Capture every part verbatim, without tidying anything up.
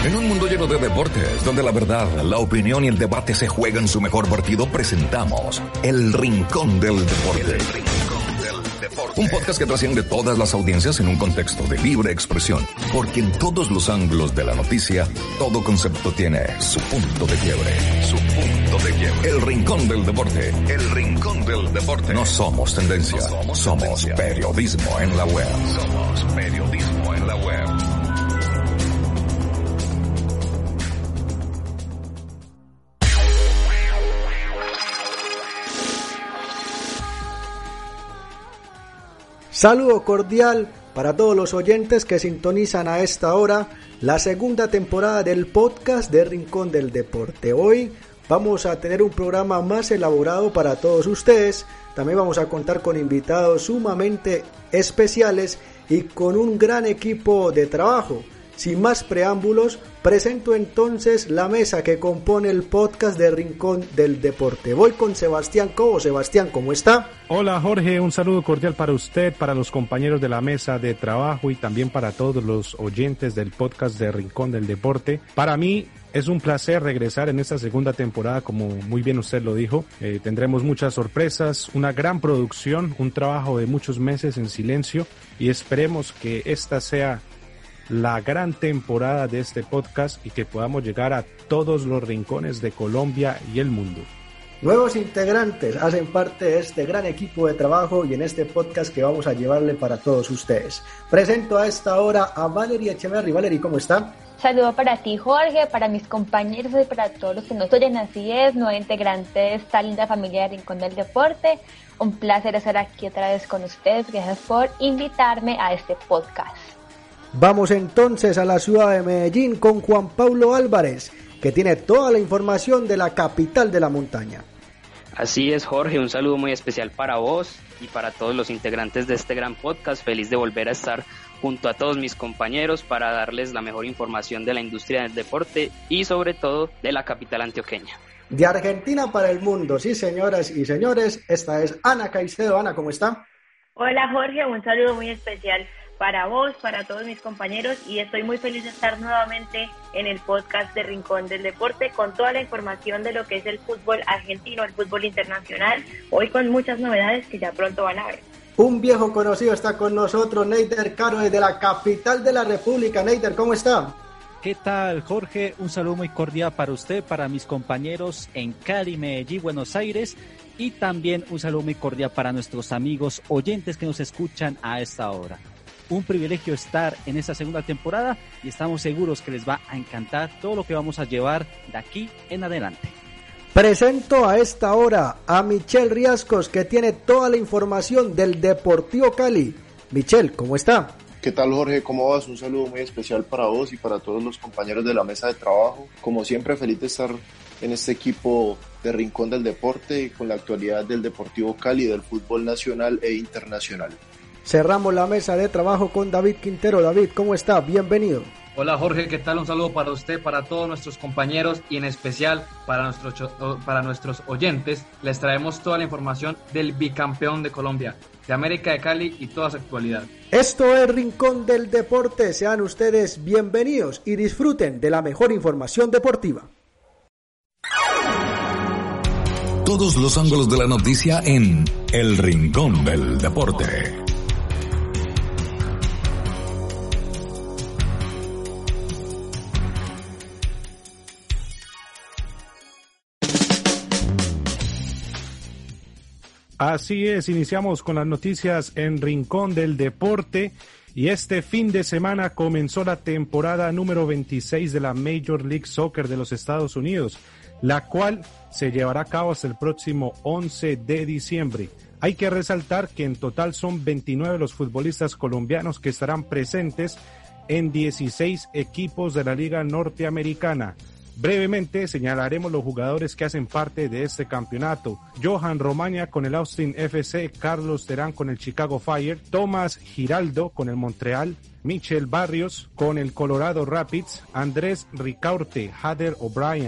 En un mundo lleno de deportes, donde la verdad, la opinión y el debate se juegan su mejor partido, presentamos El Rincón del Deporte. El Rincón del Deporte. Un podcast que trasciende todas las audiencias en un contexto de libre expresión, porque en todos los ángulos de la noticia, todo concepto tiene su punto de quiebre. Su punto de quiebre. El Rincón del Deporte. El Rincón del Deporte. No somos tendencia, no somos, somos tendencia. Periodismo en la web. Somos periodismo en la web. Saludo cordial para todos los oyentes que sintonizan a esta hora la segunda temporada del podcast de Rincón del Deporte. Hoy vamos a tener un programa más elaborado para todos ustedes. También vamos a contar con invitados sumamente especiales y con un gran equipo de trabajo. Sin más preámbulos, presento entonces la mesa que compone el podcast de Rincón del Deporte. Voy con Sebastián Cobo. Sebastián, ¿cómo está? Hola Jorge, un saludo cordial para usted, para los compañeros de la mesa de trabajo y también para todos los oyentes del podcast de Rincón del Deporte. Para mí es un placer regresar en esta segunda temporada, como muy bien usted lo dijo. Eh, tendremos muchas sorpresas, una gran producción, un trabajo de muchos meses en silencio y esperemos que esta sea la gran temporada de este podcast y que podamos llegar a todos los rincones de Colombia y el mundo. Nuevos integrantes hacen parte de este gran equipo de trabajo y en este podcast que vamos a llevarle para todos ustedes. Presento a esta hora a Valerie Echeverry. Valerie, ¿cómo está? Saludo para ti, Jorge, para mis compañeros y para todos los que nos oyen. Así es, nuevo integrante de esta linda familia de Rincón del Deporte. Un placer estar aquí otra vez con ustedes. Gracias por invitarme a este podcast. Vamos entonces a la ciudad de Medellín con Juan Pablo Álvarez, que tiene toda la información de la capital de la montaña. Así es, Jorge, un saludo muy especial para vos y para todos los integrantes de este gran podcast. Feliz de volver a estar junto a todos mis compañeros para darles la mejor información de la industria del deporte y sobre todo de la capital antioqueña. De Argentina para el mundo, sí señoras y señores, esta es Ana Caicedo. Ana, ¿cómo está? Hola Jorge, un saludo muy especial para vos, para todos mis compañeros y estoy muy feliz de estar nuevamente en el podcast de Rincón del Deporte con toda la información de lo que es el fútbol argentino, el fútbol internacional, hoy con muchas novedades que ya pronto van a ver. Un viejo conocido está con nosotros, Neider Caro, desde la capital de la República. Neider, ¿cómo está? ¿Qué tal, Jorge? Un saludo muy cordial para usted, para mis compañeros en Cali, Medellín, Buenos Aires y también un saludo muy cordial para nuestros amigos oyentes que nos escuchan a esta hora. Un privilegio estar en esta segunda temporada y estamos seguros que les va a encantar todo lo que vamos a llevar de aquí en adelante. Presento a esta hora a Michelle Riascos, que tiene toda la información del Deportivo Cali. Michelle, ¿cómo está? ¿Qué tal, Jorge? ¿Cómo vas? Un saludo muy especial para vos y para todos los compañeros de la mesa de trabajo. Como siempre, feliz de estar en este equipo de Rincón del Deporte con la actualidad del Deportivo Cali, del fútbol nacional e internacional. Cerramos la mesa de trabajo con David Quintero. David, ¿cómo está? Bienvenido. Hola Jorge, ¿qué tal? Un saludo para usted, para todos nuestros compañeros y en especial para nuestros, para nuestros oyentes. Les traemos toda la información del bicampeón de Colombia, de América de Cali y toda su actualidad. Esto es Rincón del Deporte. Sean ustedes bienvenidos y disfruten de la mejor información deportiva. Todos los ángulos de la noticia en El Rincón del Deporte. Así es, iniciamos con las noticias en Rincón del Deporte y este fin de semana comenzó la temporada número veintiséis de la Major League Soccer de los Estados Unidos, la cual se llevará a cabo hasta el próximo once de diciembre. Hay que resaltar que en total son veintinueve los futbolistas colombianos que estarán presentes en dieciséis equipos de la Liga Norteamericana. Brevemente señalaremos los jugadores que hacen parte de este campeonato. Johan Romaña con el Austin F C, Carlos Terán con el Chicago Fire, Tomás Giraldo con el Montreal, Michel Barrios con el Colorado Rapids, Andrés Ricaurte, Hader O'Brien,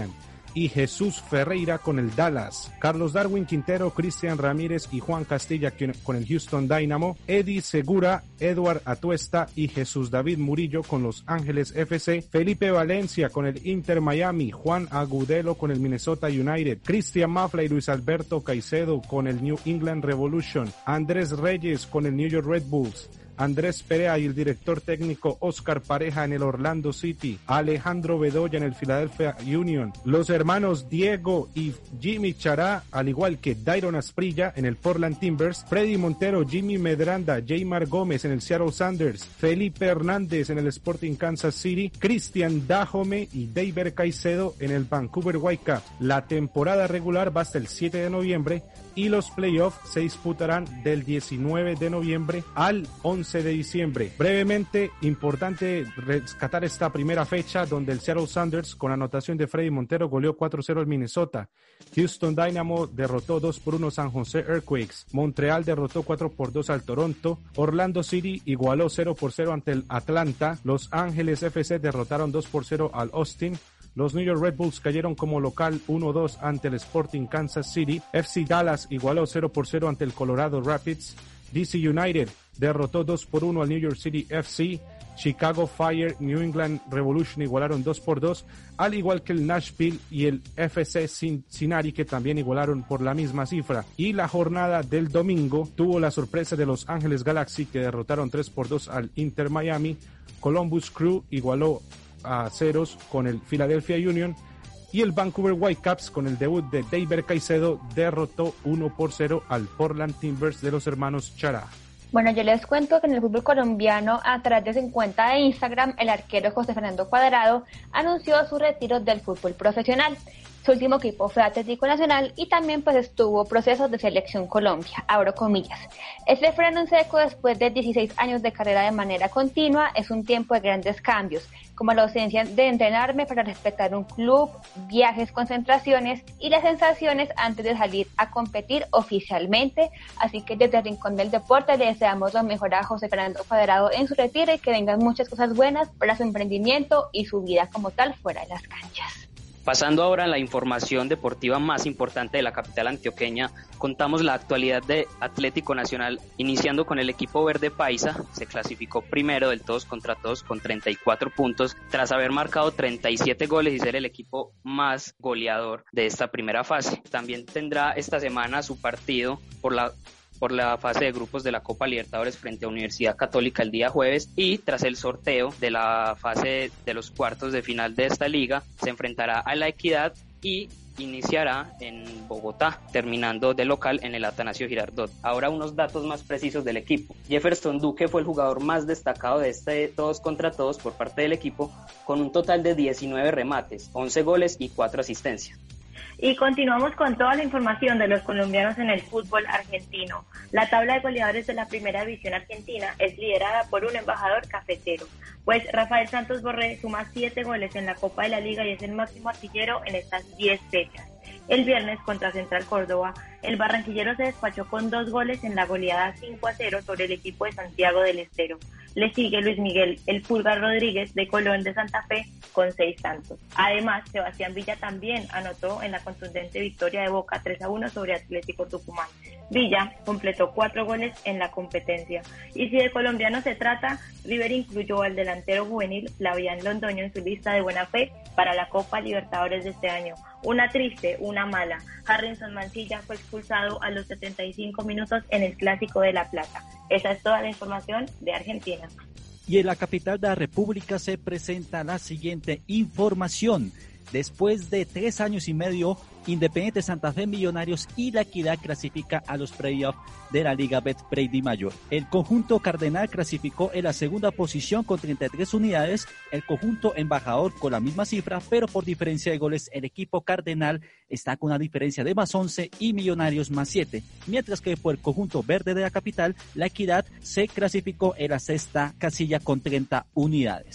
y Jesús Ferreira con el Dallas, Carlos Darwin Quintero, Cristian Ramírez y Juan Castilla con el Houston Dynamo, Eddie Segura, Edward Atuesta y Jesús David Murillo con Los Ángeles F C, Felipe Valencia con el Inter Miami, Juan Agudelo con el Minnesota United, Cristian Mafla y Luis Alberto Caicedo con el New England Revolution, Andrés Reyes con el New York Red Bulls, Andrés Perea y el director técnico Oscar Pareja en el Orlando City, Alejandro Bedoya en el Philadelphia Union, los hermanos Diego y Jimmy Chará, al igual que Dairon Asprilla en el Portland Timbers, Freddy Montero, Jimmy Medranda, Jaymar Gómez en el Seattle Sounders, Felipe Hernández en el Sporting Kansas City, Cristian Dajome y David Caicedo en el Vancouver Whitecaps. La temporada regular va hasta el siete de noviembre y los playoffs se disputarán del diecinueve de noviembre al once de diciembre. Brevemente, importante rescatar esta primera fecha donde el Seattle Sounders con anotación de Freddy Montero goleó cuatro cero al Minnesota. Houston Dynamo derrotó dos por uno San Jose Earthquakes. Montreal derrotó cuatro por dos al Toronto. Orlando City igualó cero por cero ante el Atlanta. Los Ángeles F C derrotaron dos por cero al Austin. Los New York Red Bulls cayeron como local uno dos ante el Sporting Kansas City. F C Dallas igualó cero por cero ante el Colorado Rapids. D C United derrotó dos por uno al New York City F C. Chicago Fire, New England Revolution igualaron dos por dos, al igual que el Nashville y el F C Cincinnati, que también igualaron por la misma cifra. Y la jornada del domingo tuvo la sorpresa de Los Ángeles Galaxy, que derrotaron tres por dos al Inter Miami. Columbus Crew igualó a ceros con el Philadelphia Union y el Vancouver Whitecaps con el debut de David Caicedo derrotó uno por cero al Portland Timbers de los hermanos Chará. Bueno, yo les cuento que en el fútbol colombiano, a través de su cuenta de Instagram, el arquero José Fernando Cuadrado anunció su retiro del fútbol profesional. Su último equipo fue Atlético Nacional y también pues estuvo procesos de selección Colombia, abro comillas. Este freno en seco después de dieciséis años de carrera de manera continua es un tiempo de grandes cambios, como la ausencia de entrenarme para respetar un club, viajes, concentraciones y las sensaciones antes de salir a competir oficialmente. Así que desde el Rincón del Deporte le deseamos lo mejor a José Fernando Cuadrado en su retiro y que vengan muchas cosas buenas para su emprendimiento y su vida como tal fuera de las canchas. Pasando ahora a la información deportiva más importante de la capital antioqueña, contamos la actualidad de Atlético Nacional, iniciando con el equipo verde paisa. Se clasificó primero del todos contra todos con treinta y cuatro puntos, tras haber marcado treinta y siete goles y ser el equipo más goleador de esta primera fase. También tendrá esta semana su partido por la por la fase de grupos de la Copa Libertadores frente a Universidad Católica el día jueves, y tras el sorteo de la fase de los cuartos de final de esta liga se enfrentará a La Equidad y iniciará en Bogotá, terminando de local en el Atanasio Girardot. Ahora unos datos más precisos del equipo. Jefferson Duque fue el jugador más destacado de este todos contra todos por parte del equipo, con un total de diecinueve remates, once goles y cuatro asistencias. Y continuamos con toda la información de los colombianos en el fútbol argentino. La tabla de goleadores de la primera división argentina es liderada por un embajador cafetero, pues Rafael Santos Borré suma siete goles en la Copa de la Liga y es el máximo artillero en estas diez fechas. El viernes contra Central Córdoba, el barranquillero se despachó con dos goles en la goleada cinco a cero sobre el equipo de Santiago del Estero. Le sigue Luis Miguel El Pulgar Rodríguez de Colón de Santa Fe con seis tantos. Además, Sebastián Villa también anotó en la contundente victoria de Boca tres a uno sobre Atlético Tucumán. Villa completó cuatro goles en la competencia. Y si de colombiano se trata, River incluyó al delantero juvenil Flavián Londoño en su lista de buena fe para la Copa Libertadores de este año. Una triste, una mala. Harrison Mancilla fue expulsado a los setenta y cinco minutos en el Clásico de La Plata. Esa es toda la información de Argentina. Y en la capital de la República se presenta la siguiente información. Después de tres años y medio, Independiente Santa Fe, Millonarios y La Equidad clasifica a los playoffs de la Liga Betplay Di Mayor. El conjunto cardenal clasificó en la segunda posición con treinta y tres unidades, el conjunto embajador con la misma cifra, pero por diferencia de goles el equipo cardenal está con una diferencia de más once y Millonarios más siete, mientras que por el conjunto verde de la capital, La Equidad se clasificó en la sexta casilla con treinta unidades.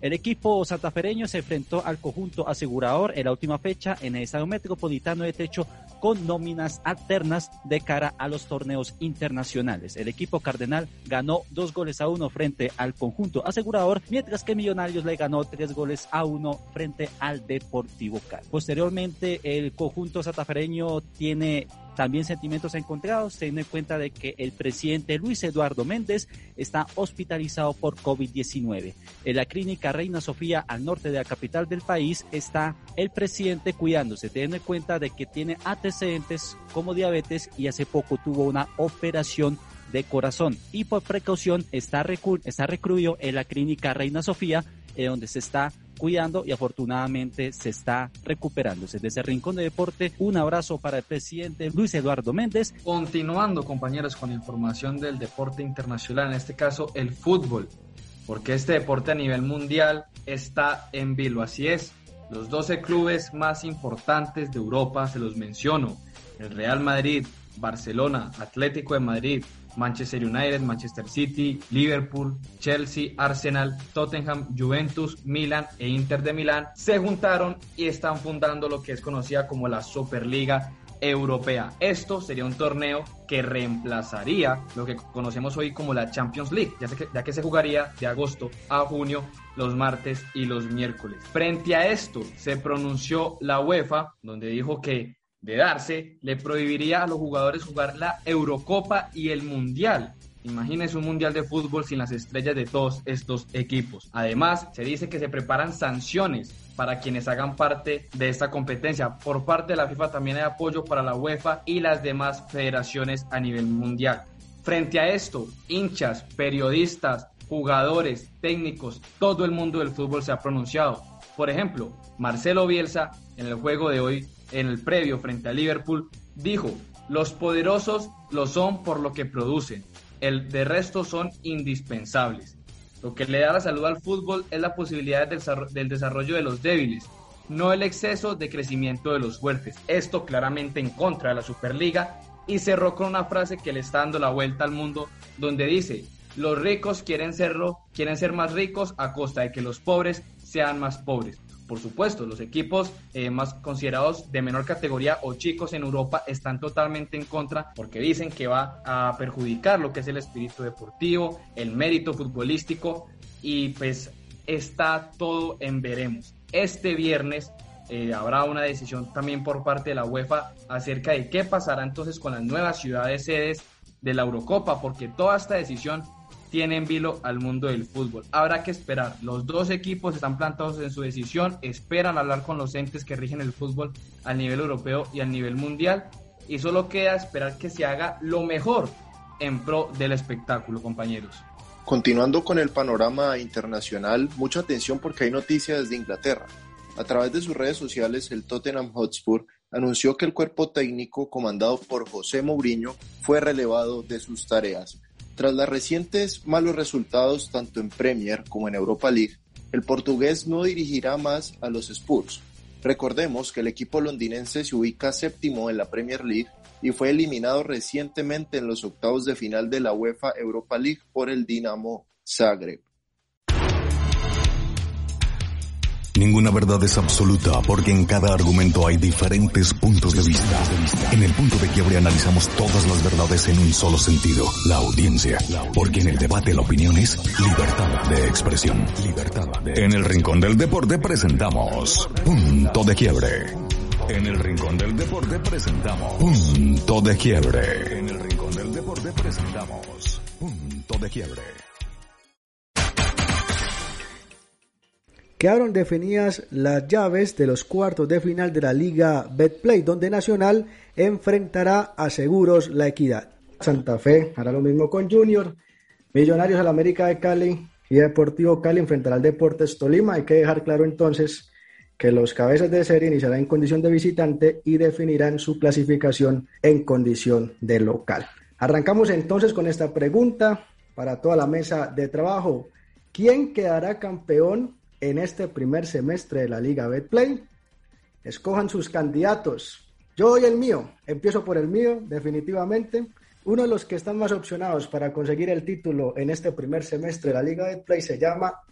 El equipo santafereño se enfrentó al conjunto asegurador en la última fecha en el Estadio Metropolitano de Techo con nóminas alternas de cara a los torneos internacionales. El equipo cardenal ganó dos goles a uno frente al conjunto asegurador, mientras que Millonarios le ganó tres goles a uno frente al Deportivo Cali. Posteriormente, el conjunto santafereño tiene también sentimientos encontrados, teniendo en cuenta de que el presidente Luis Eduardo Méndez está hospitalizado por COVID diecinueve. En la clínica Reina Sofía, al norte de la capital del país, está el presidente cuidándose, teniendo en cuenta de que tiene antecedentes como diabetes y hace poco tuvo una operación de corazón y por precaución está, recu- está recluido en la clínica Reina Sofía, eh, donde se está cuidando y afortunadamente se está recuperándose. Desde Rincón de Deporte, un abrazo para el presidente Luis Eduardo Méndez. Continuando, compañeros, con información del deporte internacional, en este caso el fútbol, porque este deporte a nivel mundial está en vilo. Así es, los doce clubes más importantes de Europa, se los menciono: el Real Madrid, Barcelona, Atlético de Madrid, Manchester United, Manchester City, Liverpool, Chelsea, Arsenal, Tottenham, Juventus, Milan e Inter de Milán se juntaron y están fundando lo que es conocida como la Superliga Europea. Esto sería un torneo que reemplazaría lo que conocemos hoy como la Champions League, ya que, ya que se jugaría de agosto a junio, los martes y los miércoles. Frente a esto se pronunció la UEFA, donde dijo que de darse, le prohibiría a los jugadores jugar la Eurocopa y el Mundial. Imagínense un Mundial de fútbol sin las estrellas de todos estos equipos. Además, se dice que se preparan sanciones para quienes hagan parte de esta competencia. Por parte de la FIFA también hay apoyo para la UEFA y las demás federaciones a nivel mundial. Frente a esto, hinchas, periodistas, jugadores, técnicos, todo el mundo del fútbol se ha pronunciado. Por ejemplo, Marcelo Bielsa, en el juego de hoy, en el previo frente a Liverpool, dijo: los poderosos lo son por lo que producen, el de resto son indispensables. Lo que le da la salud al fútbol es la posibilidad del desarrollo de los débiles, no el exceso de crecimiento de los fuertes. Esto claramente en contra de la Superliga, y cerró con una frase que le está dando la vuelta al mundo, donde dice: los ricos quieren serlo, quieren ser más ricos a costa de que los pobres sean más pobres. Por supuesto, los equipos eh, más considerados de menor categoría o chicos en Europa están totalmente en contra, porque dicen que va a perjudicar lo que es el espíritu deportivo, el mérito futbolístico, y pues está todo en veremos. Este viernes eh, habrá una decisión también por parte de la UEFA acerca de qué pasará entonces con las nuevas ciudades sedes de la Eurocopa, porque toda esta decisión tiene en vilo al mundo del fútbol. Habrá que esperar. Los dos equipos están plantados en su decisión, esperan hablar con los entes que rigen el fútbol a nivel europeo y a nivel mundial, y solo queda esperar que se haga lo mejor en pro del espectáculo, compañeros. Continuando con el panorama internacional, mucha atención porque hay noticias de Inglaterra. A través de sus redes sociales, el Tottenham Hotspur anunció que el cuerpo técnico comandado por José Mourinho fue relevado de sus tareas. Tras los recientes malos resultados tanto en Premier como en Europa League, el portugués no dirigirá más a los Spurs. Recordemos que el equipo londinense se ubica séptimo en la Premier League y fue eliminado recientemente en los octavos de final de la UEFA Europa League por el Dinamo Zagreb. Ninguna verdad es absoluta porque en cada argumento hay diferentes puntos de vista. En el punto de quiebre analizamos todas las verdades en un solo sentido, la audiencia. Porque en el debate la opinión es libertad de expresión. En el Rincón del Deporte presentamos Punto de Quiebre. En el Rincón del Deporte presentamos Punto de Quiebre. En el Rincón del Deporte presentamos Punto de Quiebre. Quedaron definidas las llaves de los cuartos de final de la Liga Betplay, donde Nacional enfrentará a Seguros La Equidad. Santa Fe hará lo mismo con Junior, Millonarios al América de Cali y Deportivo Cali enfrentará al Deportes Tolima. Hay que dejar claro entonces que los cabezas de serie iniciarán en condición de visitante y definirán su clasificación en condición de local. Arrancamos entonces con esta pregunta para toda la mesa de trabajo. ¿Quién quedará campeón en este primer semestre de la Liga Betplay? Escojan sus candidatos. Yo doy el mío. Empiezo por el mío, definitivamente. Uno de los que están más opcionados para conseguir el título en este primer semestre de la Liga Betplay se llama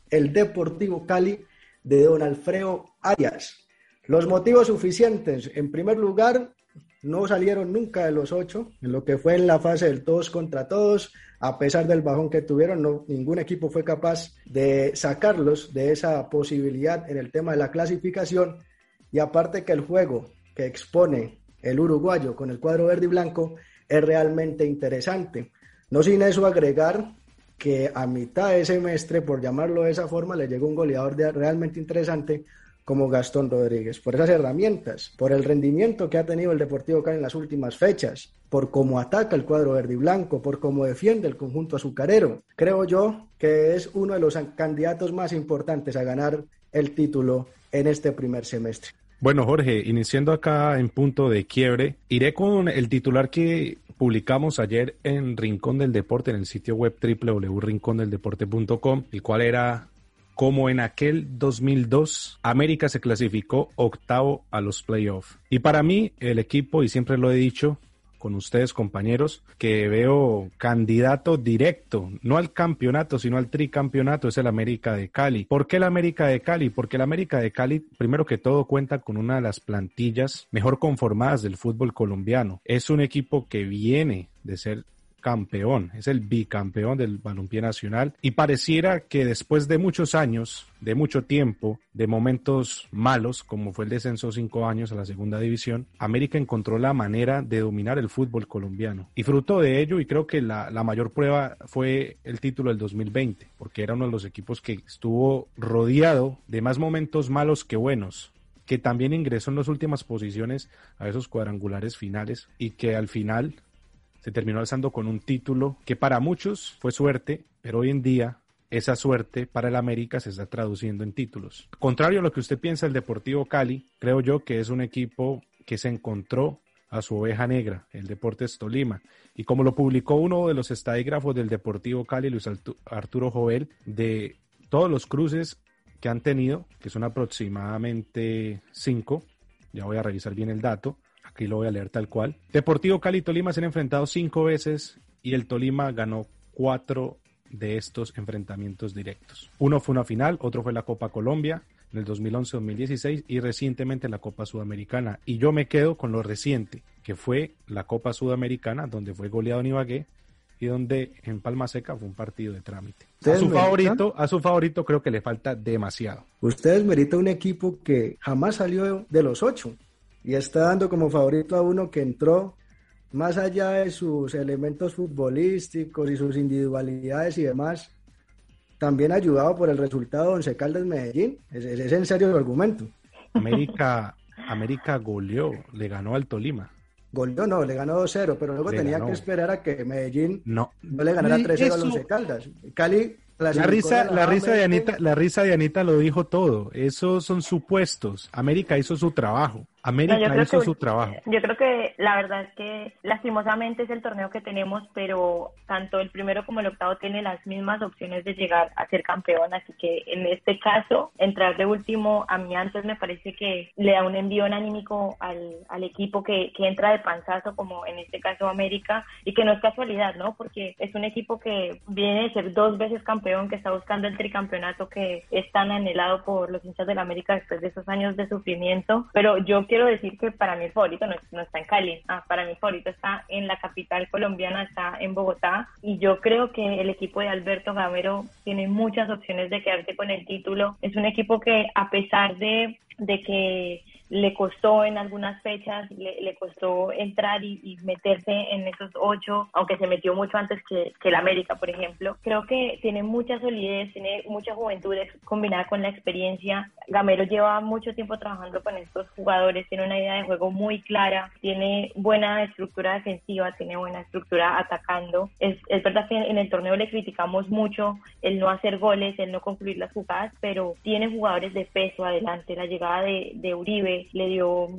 el Deportivo Cali de don Alfredo Arias. Los motivos suficientes, en primer lugar, no salieron nunca de los ocho, en lo que fue en la fase del todos contra todos, a pesar del bajón que tuvieron, no, ningún equipo fue capaz de sacarlos de esa posibilidad en el tema de la clasificación, y aparte que el juego que expone el uruguayo con el cuadro verde y blanco es realmente interesante. No sin eso agregar que a mitad de semestre, por llamarlo de esa forma, le llegó un goleador de realmente interesante como Gastón Rodríguez, por esas herramientas, por el rendimiento que ha tenido el Deportivo Cali en las últimas fechas, por cómo ataca el cuadro verde y blanco, por cómo defiende el conjunto azucarero. Creo yo que es uno de los candidatos más importantes a ganar el título en este primer semestre. Bueno, Jorge, iniciando acá en punto de quiebre, iré con el titular que publicamos ayer en Rincón del Deporte, en el sitio web doble u doble u doble u punto rincón del deporte punto com, el cual era: como en aquel dos mil dos, América se clasificó octavo a los playoffs. Y para mí, el equipo, y siempre lo he dicho con ustedes, compañeros, que veo candidato directo, no al campeonato, sino al tricampeonato, es el América de Cali. ¿Por qué el América de Cali? Porque el América de Cali, primero que todo, cuenta con una de las plantillas mejor conformadas del fútbol colombiano. Es un equipo que viene de ser campeón, es el bicampeón del balompié nacional, y pareciera que después de muchos años, de mucho tiempo, de momentos malos, como fue el descenso cinco años a la segunda división, América encontró la manera de dominar el fútbol colombiano, y fruto de ello, y creo que la, la mayor prueba fue el título del dos mil veinte, porque era uno de los equipos que estuvo rodeado de más momentos malos que buenos, que también ingresó en las últimas posiciones a esos cuadrangulares finales, y que al final se terminó alzando con un título que para muchos fue suerte, pero hoy en día esa suerte para el América se está traduciendo en títulos. Contrario a lo que usted piensa, el Deportivo Cali, creo yo que es un equipo que se encontró a su oveja negra, el Deportes Tolima. Y como lo publicó uno de los estadígrafos del Deportivo Cali, Luis Arturo Jovel, de todos los cruces que han tenido, que son aproximadamente cinco, ya voy a revisar bien el dato, aquí lo voy a leer tal cual. Deportivo Cali y Tolima se han enfrentado cinco veces y el Tolima ganó cuatro de estos enfrentamientos directos. Uno fue una final, otro fue la Copa Colombia en el dos mil once dos mil dieciséis y recientemente la Copa Sudamericana. Y yo me quedo con lo reciente, que fue la Copa Sudamericana, donde fue goleado en Ibagué y donde en Palma Seca fue un partido de trámite. A su favorito, a su favorito creo que le falta demasiado. Ustedes meritan un equipo que jamás salió de los ocho. Y está dando como favorito a uno que entró más allá de sus elementos futbolísticos y sus individualidades y demás, también ayudado por el resultado de Once Caldas Medellín. ¿Es, es, es en serio el argumento? América, América goleó, le ganó al Tolima. Goleó no, le ganó dos cero, pero luego le tenía ganó. que esperar a que Medellín no, no le ganara tres cero al Once Caldas. Cali... La risa, la risa de Anita, la risa de Anita lo dijo todo. Esos son supuestos. América hizo su trabajo. América no, hizo que, su trabajo. Yo creo que la verdad es que lastimosamente es el torneo que tenemos, pero tanto el primero como el octavo tiene las mismas opciones de llegar a ser campeón, así que en este caso, entrar de último a mí antes me parece que le da un envión anímico al, al equipo que, que entra de panzazo, como en este caso América, y que no es casualidad, ¿no? Porque es un equipo que viene de ser dos veces campeón, que está buscando el tricampeonato que es tan anhelado por los hinchas de la América después de esos años de sufrimiento, pero yo quiero decir que para mí el favorito no, no está en Cali, ah, para mí el favorito está en la capital colombiana, está en Bogotá, y yo creo que el equipo de Alberto Gamero tiene muchas opciones de quedarse con el título. Es un equipo que, a pesar de, de que le costó en algunas fechas, le, le costó entrar y, y meterse en esos ocho, aunque se metió mucho antes que, que el América, por ejemplo. Creo que tiene mucha solidez, tiene mucha juventud combinada con la experiencia. Gamero lleva mucho tiempo trabajando con estos jugadores, tiene una idea de juego muy clara, tiene buena estructura defensiva, tiene buena estructura atacando. Es, es verdad que en el torneo le criticamos mucho el no hacer goles, el no concluir las jugadas, pero tiene jugadores de peso adelante. La llegada de, de Uribe le dio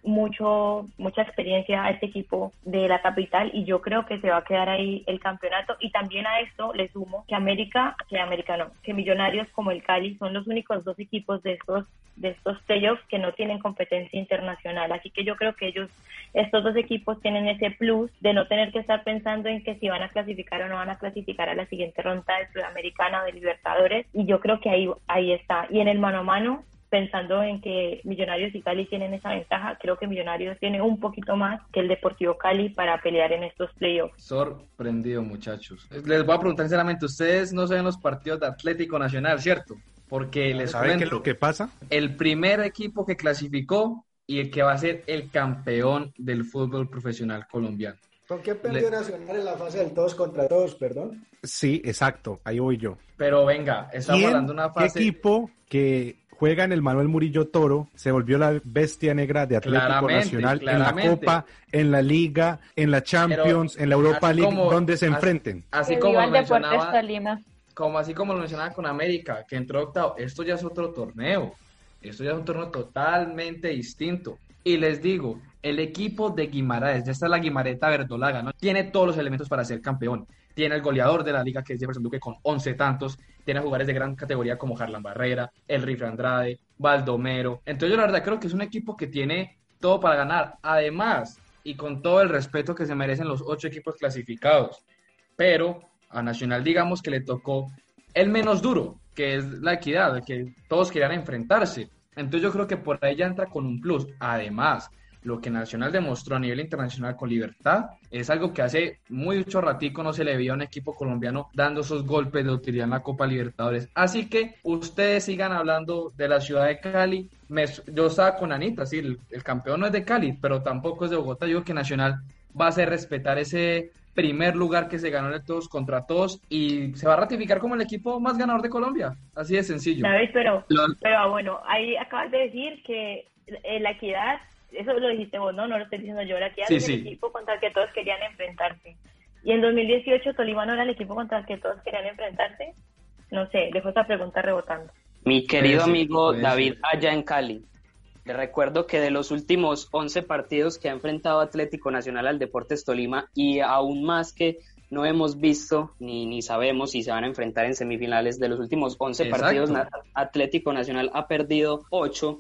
mucho mucha experiencia a este equipo de la capital y yo creo que se va a quedar ahí el campeonato. Y también a esto le sumo que América, que América no, que Millonarios como el Cali son los únicos dos equipos de estos de estos playoffs que no tienen competencia internacional, así que yo creo que ellos, estos dos equipos tienen ese plus de no tener que estar pensando en que si van a clasificar o no van a clasificar a la siguiente ronda de Sudamericana o de Libertadores, y yo creo que ahí ahí está. Y en el mano a mano, pensando en que Millonarios y Cali tienen esa ventaja, creo que Millonarios tiene un poquito más que el Deportivo Cali para pelear en estos playoffs. Sorprendido, muchachos. Les voy a preguntar sinceramente, ustedes no saben los partidos de Atlético Nacional, ¿cierto? Porque les ¿Saben qué es lo que pasa? El primer equipo que clasificó y el que va a ser el campeón del fútbol profesional colombiano. ¿Con qué perdió Le... Nacional en la fase del todos contra todos, perdón? Sí, exacto, ahí voy yo. Pero venga, estamos hablando de una fase... ¿Qué equipo que juega en el Manuel Murillo Toro se volvió la bestia negra de Atlético claramente, Nacional claramente. En la Copa, en la Liga, en la Champions, pero en la Europa League, como, donde se así, enfrenten? Así como lo mencionaba... Como así como lo mencionaba con América, que entró octavo, esto ya es otro torneo, esto ya es un torneo totalmente distinto. Y les digo, el equipo de Guimaraes, ya está la Guimareta Verdolaga, ¿no? Tiene todos los elementos para ser campeón. Tiene el goleador de la liga, que es Jefferson Duque, con once tantos. Tiene jugadores de gran categoría como Harlan Barrera, el Rifle Andrade, Baldomero. Entonces yo la verdad creo que es un equipo que tiene todo para ganar. Además, y con todo el respeto que se merecen los ocho equipos clasificados, pero a Nacional digamos que le tocó el menos duro, que es la Equidad, el que todos querían enfrentarse. Entonces yo creo que por ahí ya entra con un plus. Además, lo que Nacional demostró a nivel internacional con Libertad es algo que hace mucho ratico no se le veía a un equipo colombiano dando esos golpes de utilidad en la Copa Libertadores. Así que ustedes sigan hablando de la ciudad de Cali. Me, yo estaba con Anita, sí, el, el campeón no es de Cali, pero tampoco es de Bogotá. Yo digo que Nacional va a hacer respetar ese primer lugar que se ganó en el todos contra todos y se va a ratificar como el equipo más ganador de Colombia, así de sencillo. ¿Sabes? Pero, pero bueno, ahí acabas de decir que la Equidad, eso lo dijiste vos, no, no lo estoy diciendo yo, la Equidad sí, es sí. el equipo contra el que todos querían enfrentarse. Y en dos mil dieciocho Tolima no era el equipo contra el que todos querían enfrentarse. No sé, dejo esta pregunta rebotando. Mi querido sí, amigo David, allá en Cali, le recuerdo que de los últimos once partidos que ha enfrentado Atlético Nacional al Deportes Tolima, y aún más que no hemos visto ni, ni sabemos si se van a enfrentar en semifinales, de los últimos once Exacto. partidos, Atlético Nacional ha perdido ocho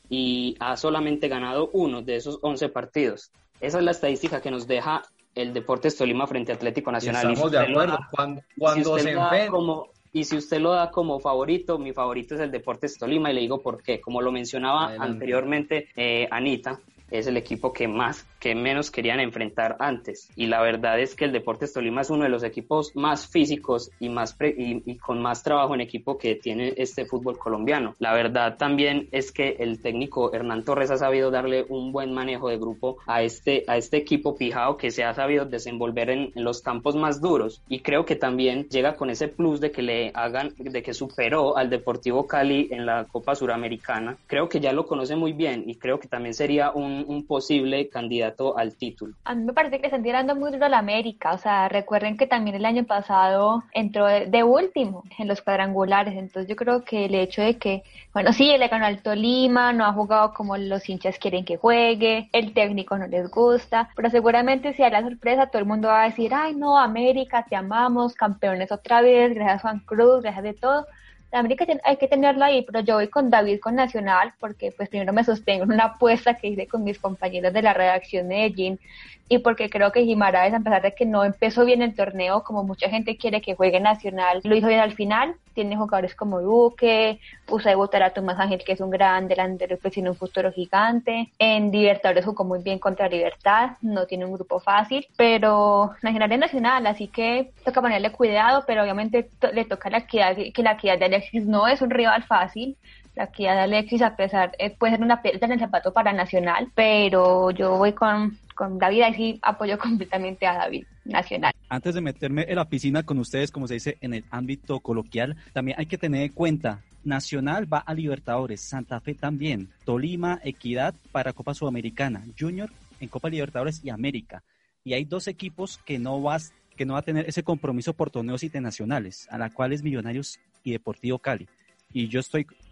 y ha solamente ganado uno de esos once partidos. Esa es la estadística que nos deja el Deportes Tolima frente a Atlético Nacional. Estamos si de acuerdo. Da, cuando cuando si se enfrentan... Y si usted lo da como favorito, mi favorito es el Deportes Tolima, y le digo por qué. Como lo mencionaba Adelante. anteriormente eh, Anita, es el equipo que más, que menos querían enfrentar antes. Y la verdad es que el Deportes Tolima es uno de los equipos más físicos y más pre, y, y con más trabajo en equipo que tiene este fútbol colombiano. La verdad también es que el técnico Hernán Torres ha sabido darle un buen manejo de grupo a este, a este equipo pijao, que se ha sabido desenvolver en, en los campos más duros, y creo que también llega con ese plus de que le hagan, de que superó al Deportivo Cali en la Copa Suramericana. Creo que ya lo conoce muy bien y creo que también sería un un posible candidato al título. A mí me parece que están tirando muy duro a la América, o sea, recuerden que también el año pasado entró de, de último en los cuadrangulares, entonces yo creo que el hecho de que, bueno, sí, le ganó al Tolima, no ha jugado como los hinchas quieren que juegue, el técnico no les gusta, pero seguramente si hay la sorpresa, todo el mundo va a decir, ay no, América, te amamos, campeones otra vez, gracias Juan Cruz, gracias de todo. La América hay que tenerla ahí, pero yo voy con David con Nacional, porque pues primero me sostengo en una apuesta que hice con mis compañeros de la redacción Medellín, y porque creo que Guimaraes, a pesar de que no empezó bien el torneo, como mucha gente quiere que juegue Nacional, lo hizo bien al final. Tiene jugadores como Duque, puso a debutar a Tomás Ángel, que es un gran delantero que tiene un futuro gigante. En Libertadores jugó muy bien contra Libertad, no tiene un grupo fácil, pero Nacional es Nacional, así que toca ponerle cuidado, pero obviamente to- le toca la equidad, que la equidad de Alexis no es un rival fácil. La equidad de Alexis, a pesar, eh, puede ser una piedra en el zapato para Nacional, pero yo voy con, con David, ahí sí apoyo completamente a David, Nacional. Antes de meterme en la piscina con ustedes, como se dice en el ámbito coloquial, también hay que tener en cuenta, Nacional va a Libertadores, Santa Fe también, Tolima, Equidad para Copa Sudamericana, Junior en Copa Libertadores y América. Y hay dos equipos que no vas, que no va a tener ese compromiso por torneos internacionales, a la cual es Millonarios y Deportivo Cali. Y yo estoy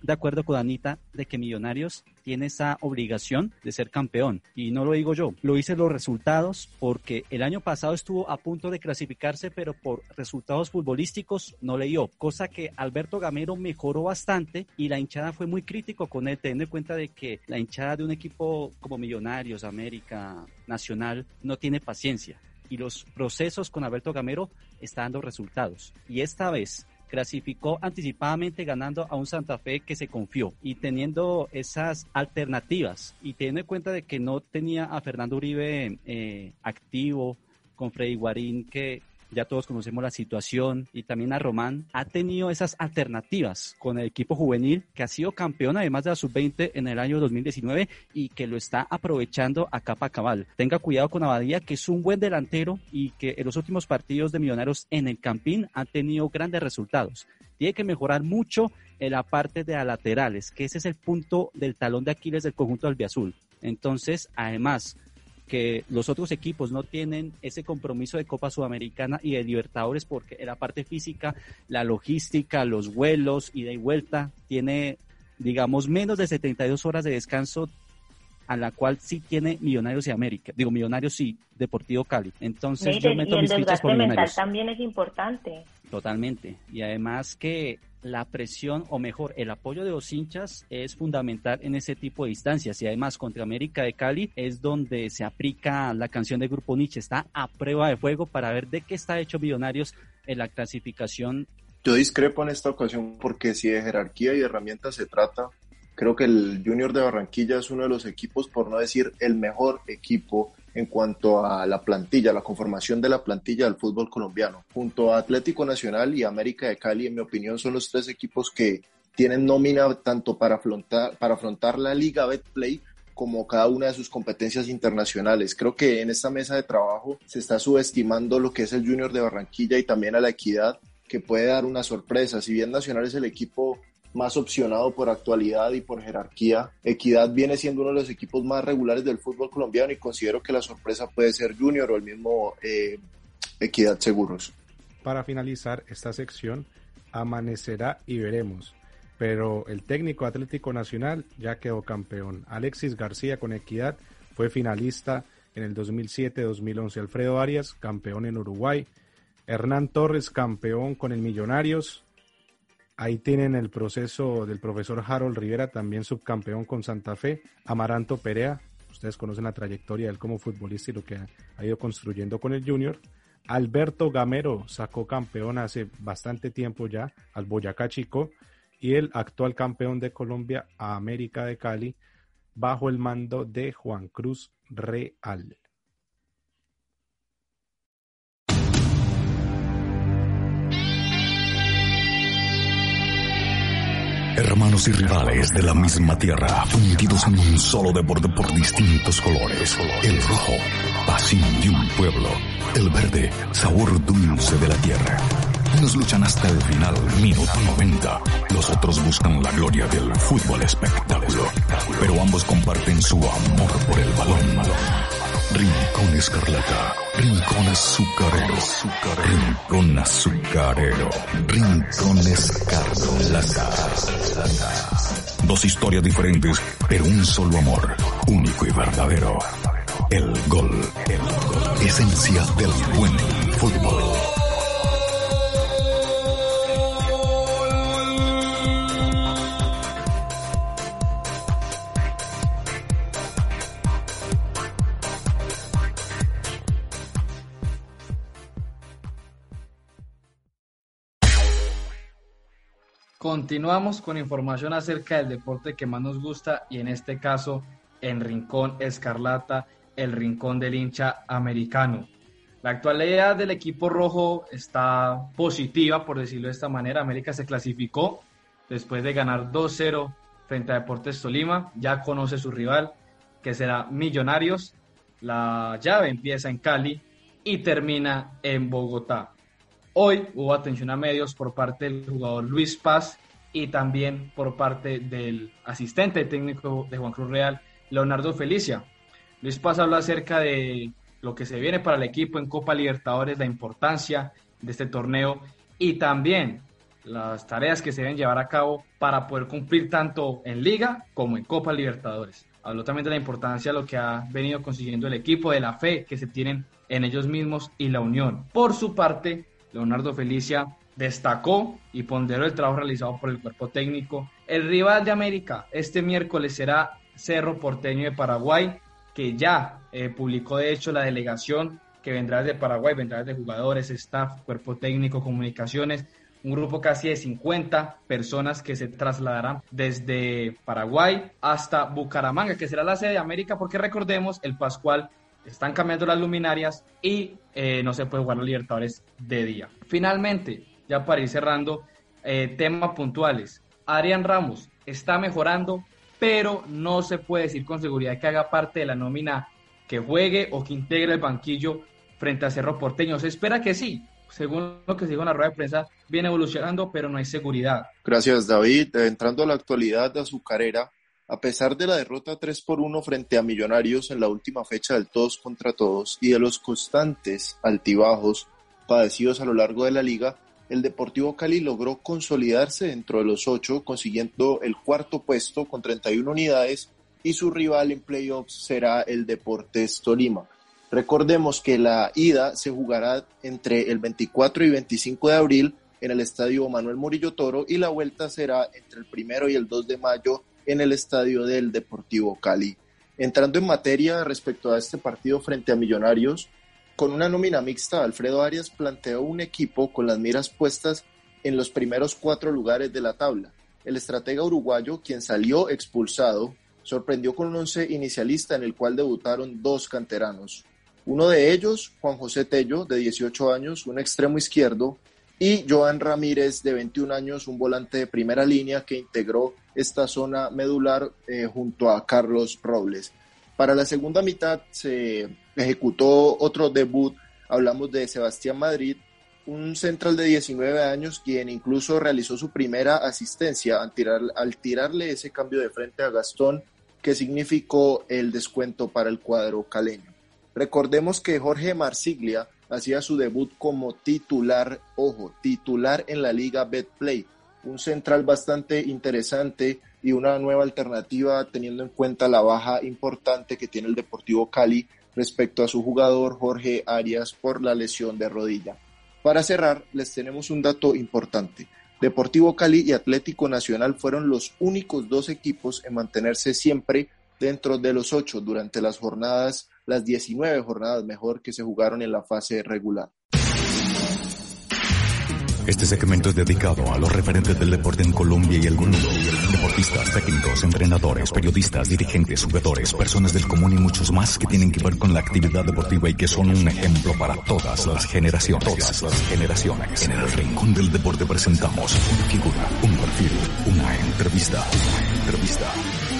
de acuerdo con Anita de que Millonarios tiene esa obligación de ser campeón. Y no lo digo yo, lo dicen los resultados, porque el año pasado estuvo a punto de clasificarse, pero por resultados futbolísticos no le dio, cosa que Alberto Gamero mejoró bastante y la hinchada fue muy crítico con él, teniendo en cuenta de que la hinchada de un equipo como Millonarios, América, Nacional, no tiene paciencia. Y los procesos con Alberto Gamero están dando resultados. Y esta vez clasificó anticipadamente ganando a un Santa Fe que se confió y teniendo esas alternativas y teniendo en cuenta de que no tenía a Fernando Uribe eh, activo, con Freddy Guarín, que ya todos conocemos la situación, y también a Román, ha tenido esas alternativas con el equipo juvenil que ha sido campeón además de la sub veinte en el año dos mil diecinueve y que lo está aprovechando a capa cabal. Tenga cuidado con Abadía, que es un buen delantero y que en los últimos partidos de Millonarios en el Campín han tenido grandes resultados. Tiene que mejorar mucho en la parte de las laterales, que ese es el punto del talón de Aquiles del conjunto albiazul. Entonces, además que los otros equipos no tienen ese compromiso de Copa Sudamericana y de Libertadores, porque en la parte física, la logística, los vuelos, ida y vuelta, tiene, digamos, menos de setenta y dos horas de descanso, a la cual sí tiene Millonarios y América. Digo, Millonarios y Deportivo Cali. Entonces, Mire, yo meto y mis el fichas por desgaste mental Millonarios. también es importante. Totalmente. Y además que la presión, o mejor, el apoyo de los hinchas es fundamental en ese tipo de instancias. Y además, contra América de Cali es donde se aplica la canción de Grupo Nietzsche. Está a prueba de fuego para ver de qué está hecho Millonarios en la clasificación. Yo discrepo en esta ocasión porque si de jerarquía y de herramientas se trata, creo que el Junior de Barranquilla es uno de los equipos, por no decir el mejor equipo en cuanto a la plantilla, la conformación de la plantilla del fútbol colombiano. Junto a Atlético Nacional y América de Cali, en mi opinión, son los tres equipos que tienen nómina tanto para afrontar, para afrontar la Liga Betplay como cada una de sus competencias internacionales. Creo que en esta mesa de trabajo se está subestimando lo que es el Junior de Barranquilla y también a la Equidad, que puede dar una sorpresa. Si bien Nacional es el equipo más opcionado por actualidad y por jerarquía, Equidad viene siendo uno de los equipos más regulares del fútbol colombiano y considero que la sorpresa puede ser Junior o el mismo eh, Equidad Seguros. Para finalizar esta sección, amanecerá y veremos, pero el técnico Atlético Nacional ya quedó campeón. Alexis García con Equidad fue finalista en el dos mil siete dos mil once. Alfredo Arias, campeón en Uruguay. Hernán Torres, campeón con el Millonarios. Ahí tienen el proceso del profesor Harold Rivera, también subcampeón con Santa Fe. Amaranto Perea, ustedes conocen la trayectoria de él como futbolista y lo que ha, ha ido construyendo con el Junior. Alberto Gamero sacó campeón hace bastante tiempo ya al Boyacá Chico, y el actual campeón de Colombia a América de Cali bajo el mando de Juan Cruz Real. Hermanos y rivales de la misma tierra, fundidos en un solo deporte por distintos colores. El rojo, pasión de un pueblo. El verde, sabor dulce de la tierra. Unos luchan hasta el final, minuto noventa. Los otros buscan la gloria del fútbol espectáculo. Pero ambos comparten su amor por el balón. Rincón Escarlata, Rincón Azucarero, Rincón Azucarero, Rincón Escarlata. Dos historias diferentes, pero un solo amor, único y verdadero. El gol, el gol, esencia del buen fútbol. Continuamos con información acerca del deporte que más nos gusta y en este caso en Rincón Escarlata, el rincón del hincha americano. La actualidad del equipo rojo está positiva, por decirlo de esta manera. América se clasificó después de ganar dos cero frente a Deportes Tolima. Ya conoce su rival, que será Millonarios. La llave empieza en Cali y termina en Bogotá. Hoy hubo atención a medios por parte del jugador Luis Paz y también por parte del asistente técnico de Juan Cruz Real, Leonardo Felicia. Luis Paz habló acerca de lo que se viene para el equipo en Copa Libertadores, la importancia de este torneo y también las tareas que se deben llevar a cabo para poder cumplir tanto en Liga como en Copa Libertadores. Habló también de la importancia de lo que ha venido consiguiendo el equipo, de la fe que se tienen en ellos mismos y la unión. Por su parte, Leonardo Felicia destacó y ponderó el trabajo realizado por el cuerpo técnico. El rival de América este miércoles será Cerro Porteño de Paraguay, que ya eh, publicó de hecho la delegación que vendrá desde Paraguay, vendrá desde jugadores, staff, cuerpo técnico, comunicaciones, un grupo casi de cincuenta personas que se trasladarán desde Paraguay hasta Bucaramanga, que será la sede de América, porque recordemos, el Pascual están cambiando las luminarias y eh, no se puede jugar los Libertadores de día. Finalmente, ya para ir cerrando, eh, temas puntuales. Adrián Ramos está mejorando, pero no se puede decir con seguridad que haga parte de la nómina que juegue o que integre el banquillo frente a Cerro Porteño. Se espera que sí, según lo que se dijo en la rueda de prensa, viene evolucionando, pero no hay seguridad. Gracias, David. Entrando a la actualidad de Azucarera, a pesar de la derrota tres por uno frente a Millonarios en la última fecha del todos contra todos y de los constantes altibajos padecidos a lo largo de la liga, el Deportivo Cali logró consolidarse dentro de los ocho, consiguiendo el cuarto puesto con treinta y una unidades, y su rival en playoffs será el Deportes Tolima. Recordemos que la ida se jugará entre el veinticuatro y veinticinco de abril en el Estadio Manuel Murillo Toro, y la vuelta será entre el primero y el dos de mayo en el estadio del Deportivo Cali. Entrando en materia respecto a este partido frente a Millonarios, con una nómina mixta, Alfredo Arias planteó un equipo con las miras puestas en los primeros cuatro lugares de la tabla. El estratega uruguayo, quien salió expulsado, sorprendió con un once inicialista en el cual debutaron dos canteranos. Uno de ellos, Juan José Tello, de dieciocho años, un extremo izquierdo, y Joan Ramírez, de veintiún años, un volante de primera línea que integró esta zona medular eh, junto a Carlos Robles. Para la segunda mitad se ejecutó otro debut, hablamos de Sebastián Madrid, un central de diecinueve años, quien incluso realizó su primera asistencia al, tirar, al tirarle ese cambio de frente a Gastón, que significó el descuento para el cuadro caleño. Recordemos que Jorge Marsiglia hacía su debut como titular, ojo, titular en la Liga Betplay, un central bastante interesante y una nueva alternativa teniendo en cuenta la baja importante que tiene el Deportivo Cali respecto a su jugador Jorge Arias por la lesión de rodilla. Para cerrar, les tenemos un dato importante. Deportivo Cali y Atlético Nacional fueron los únicos dos equipos en mantenerse siempre dentro de los ocho durante las jornadas, las diecinueve jornadas mejor que se jugaron en la fase regular. Este segmento es dedicado a los referentes del deporte en Colombia y el mundo. Deportistas, técnicos, entrenadores, periodistas, dirigentes, jugadores, personas del común y muchos más que tienen que ver con la actividad deportiva y que son un ejemplo para todas las generaciones. Todas las generaciones. En el Rincón del Deporte presentamos una figura, un perfil, una entrevista. Una entrevista.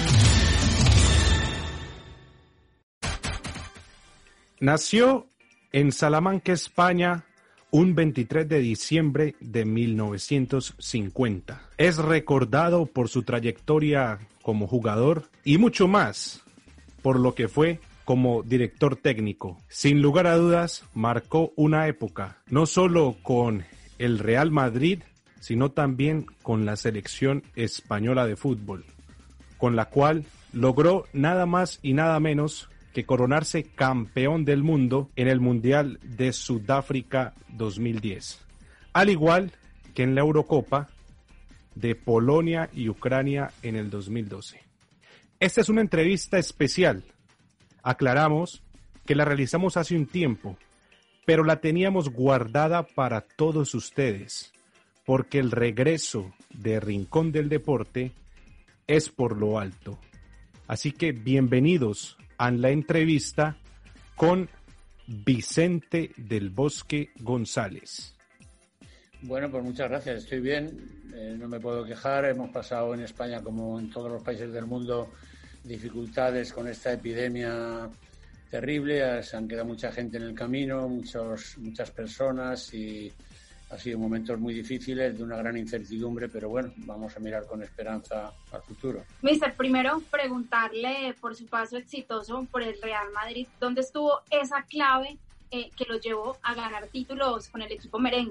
Nació en Salamanca, España, un veintitrés de diciembre de mil novecientos cincuenta. Es recordado por su trayectoria como jugador y mucho más por lo que fue como director técnico. Sin lugar a dudas, marcó una época, no solo con el Real Madrid, sino también con la selección española de fútbol, con la cual logró nada más y nada menos que coronarse campeón del mundo en el Mundial de Sudáfrica dos mil diez, al igual que en la Eurocopa de Polonia y Ucrania en el dos mil doce. Esta es una entrevista especial. Aclaramos que la realizamos hace un tiempo, pero la teníamos guardada para todos ustedes, porque el regreso de Rincón del Deporte es por lo alto. Así que bienvenidos a la entrevista con Vicente del Bosque González. Bueno, pues muchas gracias, estoy bien, eh, no me puedo quejar. Hemos pasado en España, como en todos los países del mundo, dificultades con esta epidemia terrible. Se han quedado mucha gente en el camino, muchos, muchas personas, y ha sido momentos muy difíciles, de una gran incertidumbre, pero bueno, vamos a mirar con esperanza al futuro. Mister, primero preguntarle por su paso exitoso por el Real Madrid, ¿dónde estuvo esa clave eh, que lo llevó a ganar títulos con el equipo merengue?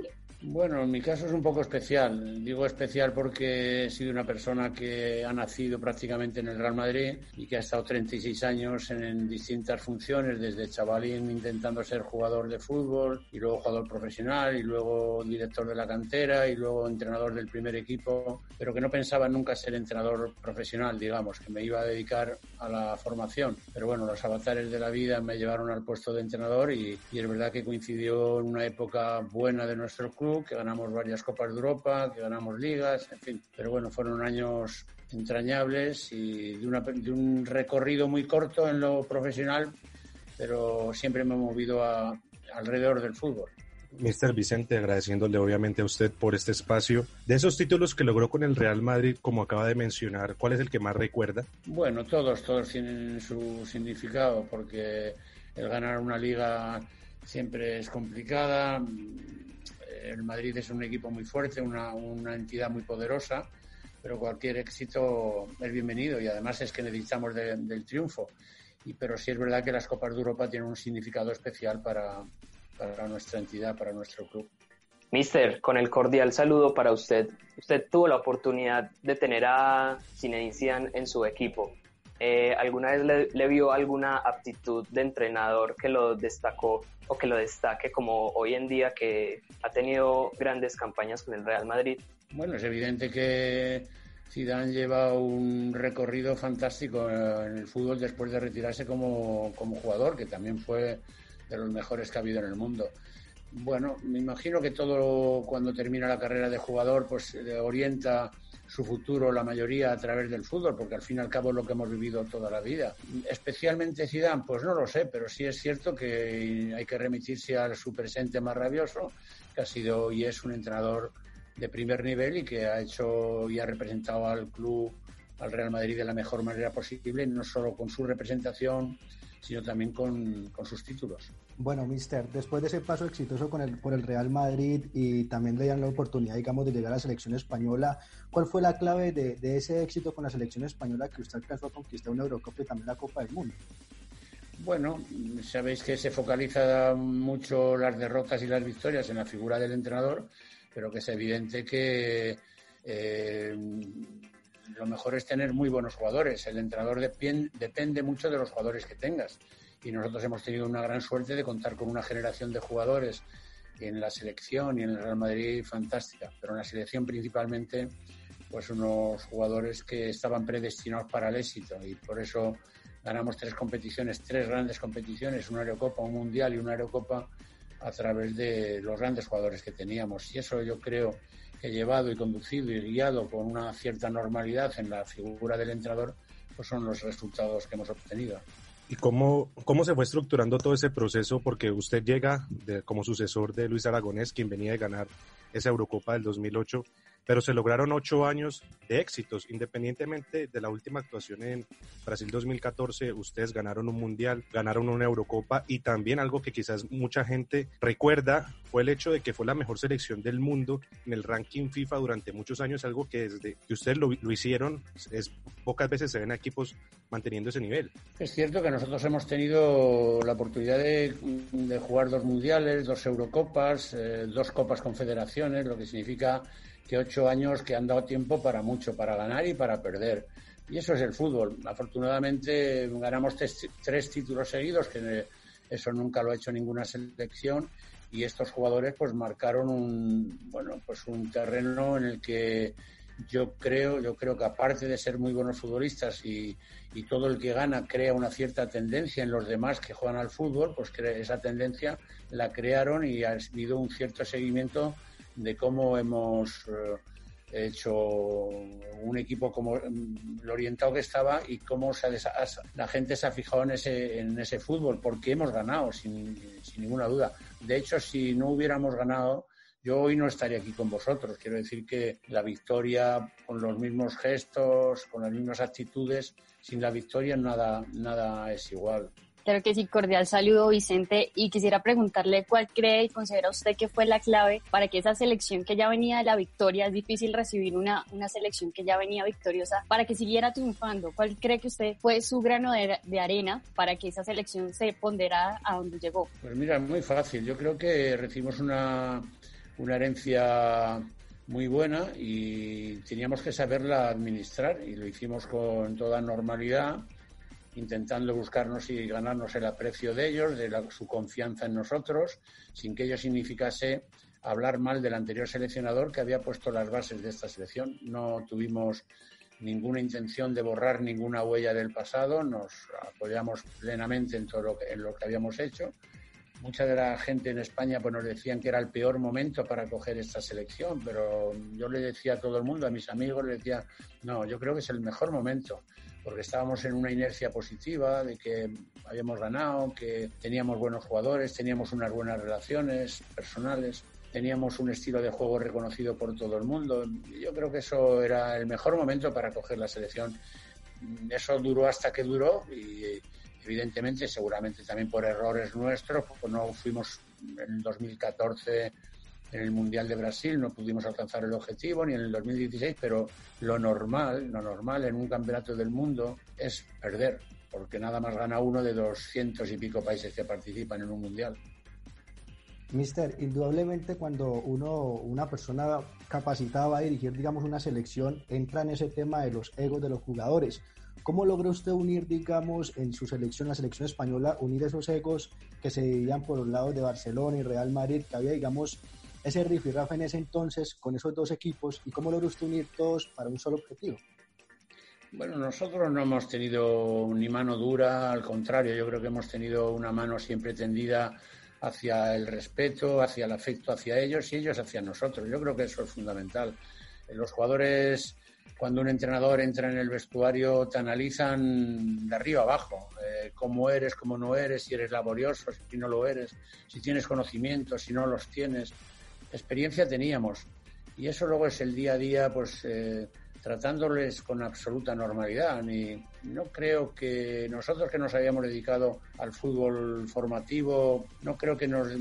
Bueno, en mi caso es un poco especial. Digo especial porque he sido una persona que ha nacido prácticamente en el Real Madrid y que ha estado treinta y seis años en, en distintas funciones, desde chavalín intentando ser jugador de fútbol y luego jugador profesional y luego director de la cantera y luego entrenador del primer equipo, pero que no pensaba nunca ser entrenador profesional, digamos, que me iba a dedicar a la formación. Pero bueno, los avatares de la vida me llevaron al puesto de entrenador y, y es verdad que coincidió en una época buena de nuestro club, que ganamos varias Copas de Europa, que ganamos ligas, en fin. Pero bueno, fueron años entrañables y de, una, de un recorrido muy corto en lo profesional, pero siempre me he movido a, alrededor del fútbol. mister Vicente, agradeciéndole obviamente a usted por este espacio. De esos títulos que logró con el Real Madrid, como acaba de mencionar, ¿cuál es el que más recuerda? Bueno, todos, todos tienen su significado, porque el ganar una liga siempre es complicada. El Madrid es un equipo muy fuerte, una, una entidad muy poderosa, pero cualquier éxito es bienvenido y además es que necesitamos de, del triunfo. Y, pero sí es verdad que las Copas de Europa tienen un significado especial para, para nuestra entidad, para nuestro club. Mister, con el cordial saludo para usted. Usted tuvo la oportunidad de tener a Zinedine Zidane en su equipo. Eh, ¿Alguna vez le, le vio alguna aptitud de entrenador que lo destacó o que lo destaque como hoy en día, que ha tenido grandes campañas con el Real Madrid? Bueno, es evidente que Zidane lleva un recorrido fantástico en el fútbol después de retirarse como, como jugador, que también fue de los mejores que ha habido en el mundo. Bueno, me imagino que todo cuando termina la carrera de jugador pues orienta su futuro, la mayoría, a través del fútbol, porque al fin y al cabo es lo que hemos vivido toda la vida. Especialmente Zidane, pues no lo sé, pero sí es cierto que hay que remitirse a su presente más rabioso, que ha sido y es un entrenador de primer nivel y que ha hecho y ha representado al club, al Real Madrid, de la mejor manera posible, no solo con su representación, sino también con, con sus títulos. Bueno, mister, después de ese paso exitoso con el, por el Real Madrid y también le dan la oportunidad, digamos, de llegar a la selección española, ¿cuál fue la clave de, de ese éxito con la selección española, que usted alcanzó a conquistar una Eurocopa y también la Copa del Mundo? Bueno, sabéis que se focaliza mucho las derrotas y las victorias en la figura del entrenador, pero que es evidente que eh, lo mejor es tener muy buenos jugadores. El entrenador depende, depende mucho de los jugadores que tengas. Y nosotros hemos tenido una gran suerte de contar con una generación de jugadores en la selección y en el Real Madrid fantástica. Pero en la selección principalmente, pues unos jugadores que estaban predestinados para el éxito. Y por eso ganamos tres competiciones, tres grandes competiciones, una Eurocopa, un Mundial y una Eurocopa, a través de los grandes jugadores que teníamos. Y eso yo creo que llevado y conducido y guiado con una cierta normalidad en la figura del entrenador, pues son los resultados que hemos obtenido. ¿Y cómo, cómo se fue estructurando todo ese proceso? Porque usted llega de, como sucesor de Luis Aragonés, quien venía de ganar esa Eurocopa del dos mil ocho, pero se lograron ocho años de éxitos. Independientemente de la última actuación en Brasil dos mil catorce, ustedes ganaron un Mundial, ganaron una Eurocopa, y también algo que quizás mucha gente recuerda fue el hecho de que fue la mejor selección del mundo en el ranking FIFA durante muchos años, algo que desde que ustedes lo, lo hicieron, es, pocas veces se ven a equipos manteniendo ese nivel. Es cierto que nosotros hemos tenido la oportunidad de, de jugar dos Mundiales, dos Eurocopas, eh, dos Copas Confederaciones, lo que significa que ocho años que han dado tiempo para mucho, para ganar y para perder. Y eso es el fútbol. Afortunadamente ganamos tres, tres títulos seguidos, que eso nunca lo ha hecho ninguna selección, y estos jugadores pues marcaron un, bueno, pues un terreno en el que yo creo, yo creo que aparte de ser muy buenos futbolistas y, y todo el que gana crea una cierta tendencia en los demás que juegan al fútbol, pues esa tendencia la crearon y ha habido un cierto seguimiento de cómo hemos eh, hecho un equipo, como lo orientado que estaba y cómo se ha, la gente se ha fijado en ese, en ese fútbol, porque hemos ganado sin, sin ninguna duda. De hecho, si no hubiéramos ganado, yo hoy no estaría aquí con vosotros. Quiero decir que la victoria, con los mismos gestos, con las mismas actitudes, sin la victoria nada, nada es igual. Claro que sí, cordial saludo, Vicente, y quisiera preguntarle cuál cree y considera usted que fue la clave para que esa selección que ya venía de la victoria, es difícil recibir una, una selección que ya venía victoriosa, para que siguiera triunfando. ¿Cuál cree que usted fue su grano de, de arena para que esa selección se ponderara a donde llegó? Pues mira, muy fácil. Yo creo que recibimos una, una herencia muy buena y teníamos que saberla administrar, y lo hicimos con toda normalidad, intentando buscarnos y ganarnos el aprecio de ellos, de la, su confianza en nosotros, sin que ello significase hablar mal del anterior seleccionador que había puesto las bases de esta selección. No tuvimos ninguna intención de borrar ninguna huella del pasado, nos apoyamos plenamente en todo lo que, en lo que habíamos hecho. Mucha de la gente en España pues nos decían que era el peor momento para coger esta selección, pero yo le decía a todo el mundo, a mis amigos, le decía, no, yo creo que es el mejor momento, porque estábamos en una inercia positiva de que habíamos ganado, que teníamos buenos jugadores, teníamos unas buenas relaciones personales, teníamos un estilo de juego reconocido por todo el mundo. Yo creo que eso era el mejor momento para coger la selección. Eso duró hasta que duró y evidentemente, seguramente también por errores nuestros, pues no fuimos en el dos mil catorce en el Mundial de Brasil, no pudimos alcanzar el objetivo, ni en el dos mil dieciséis, pero lo normal, lo normal en un campeonato del mundo es perder, porque nada más gana uno de doscientos y pico países que participan en un Mundial. Mister, indudablemente cuando uno, una persona capacitada va a dirigir, digamos, una selección, entra en ese tema de los egos de los jugadores. ¿Cómo logró usted unir, digamos, en su selección, la selección española, unir esos egos que se dividían por los lados de Barcelona y Real Madrid, que había, digamos, ese rifirrafe en ese entonces con esos dos equipos? ¿Y cómo logró usted unir todos para un solo objetivo? Bueno, nosotros no hemos tenido ni mano dura, al contrario, yo creo que hemos tenido una mano siempre tendida hacia el respeto, hacia el afecto hacia ellos y ellos hacia nosotros. Yo creo que eso es fundamental. Los jugadores, cuando un entrenador entra en el vestuario, te analizan de arriba abajo, eh, cómo eres, cómo no eres, si eres laborioso, si no lo eres, si tienes conocimientos, si no los tienes. Experiencia teníamos y eso luego es el día a día, pues eh, tratándoles con absoluta normalidad. Ni, no creo que nosotros que nos habíamos dedicado al fútbol formativo, no creo que nos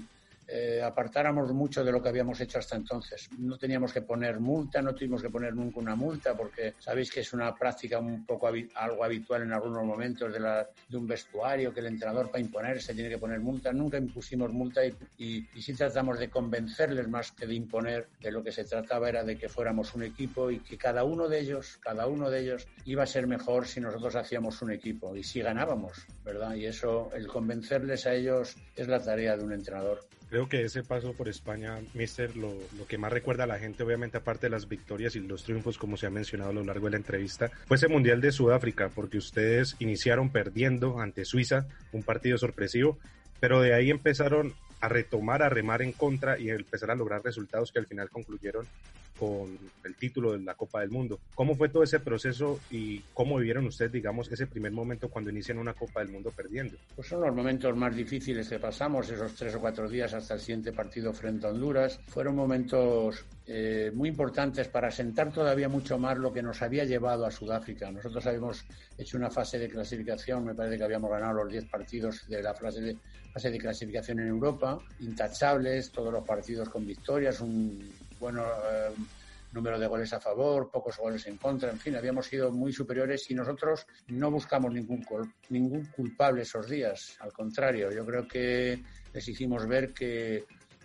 eh, apartáramos mucho de lo que habíamos hecho hasta entonces. No teníamos que poner multa, no tuvimos que poner nunca una multa, porque sabéis que es una práctica un poco habi- algo habitual en algunos momentos de, la, de un vestuario, que el entrenador para imponerse tiene que poner multa. Nunca impusimos multa y, y, y sí tratamos de convencerles más que de imponer. De lo que se trataba era de que fuéramos un equipo y que cada uno de ellos, cada uno de ellos iba a ser mejor si nosotros hacíamos un equipo y si ganábamos, ¿verdad? Y eso, el convencerles a ellos es la tarea de un entrenador. Creo que ese paso por España, mister, lo, lo que más recuerda a la gente, obviamente, aparte de las victorias y los triunfos, como se ha mencionado a lo largo de la entrevista, fue ese Mundial de Sudáfrica, porque ustedes iniciaron perdiendo ante Suiza, un partido sorpresivo, pero de ahí empezaron a retomar, a remar en contra y empezar a lograr resultados que al final concluyeron con el título de la Copa del Mundo. ¿Cómo fue todo ese proceso y cómo vivieron ustedes, digamos, ese primer momento cuando inician una Copa del Mundo perdiendo? Pues son los momentos más difíciles que pasamos, esos tres o cuatro días hasta el siguiente partido frente a Honduras. Fueron momentos eh, muy importantes para asentar todavía mucho más lo que nos había llevado a Sudáfrica. Nosotros habíamos hecho una fase de clasificación, me parece que habíamos ganado los diez partidos de la fase de, fase de clasificación en Europa, intachables, todos los partidos con victorias, un bueno eh, número de goles a favor, pocos goles en contra, en fin, habíamos sido muy superiores y nosotros no buscamos ningún ningún culpable esos días, al contrario, yo creo que les hicimos ver que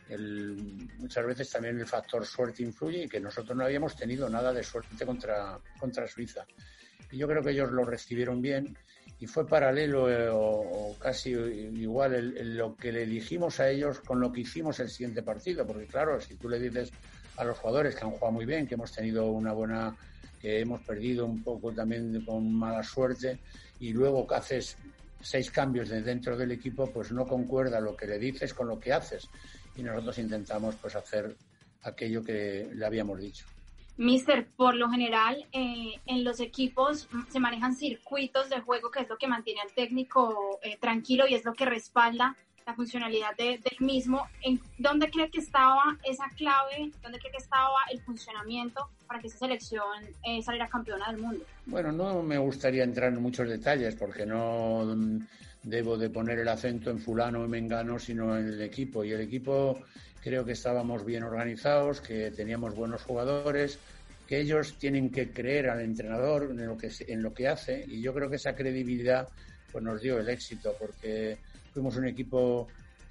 el, muchas veces también el factor suerte influye y que nosotros no habíamos tenido nada de suerte contra, contra Suiza. Y yo creo que ellos lo recibieron bien y fue paralelo eh, o, o casi igual el, el, lo que le dijimos a ellos con lo que hicimos el siguiente partido, porque claro, si tú le dices a los jugadores que han jugado muy bien, que hemos tenido una buena, que hemos perdido un poco también con mala suerte y luego que haces seis cambios de dentro del equipo, pues no concuerda lo que le dices con lo que haces y nosotros intentamos pues hacer aquello que le habíamos dicho. Mister, por lo general eh, en los equipos se manejan circuitos de juego, que es lo que mantiene al técnico eh, tranquilo y es lo que respalda la funcionalidad de, del mismo. ¿En dónde cree que estaba esa clave? ¿Dónde cree que estaba el funcionamiento para que esa selección eh, saliera campeona del mundo? Bueno, no me gustaría entrar en muchos detalles porque no debo de poner el acento en fulano y mengano, sino en el equipo. Y el equipo creo que estábamos bien organizados, que teníamos buenos jugadores, que ellos tienen que creer al entrenador en lo que, en lo que hace y yo creo que esa credibilidad pues nos dio el éxito porque fuimos un equipo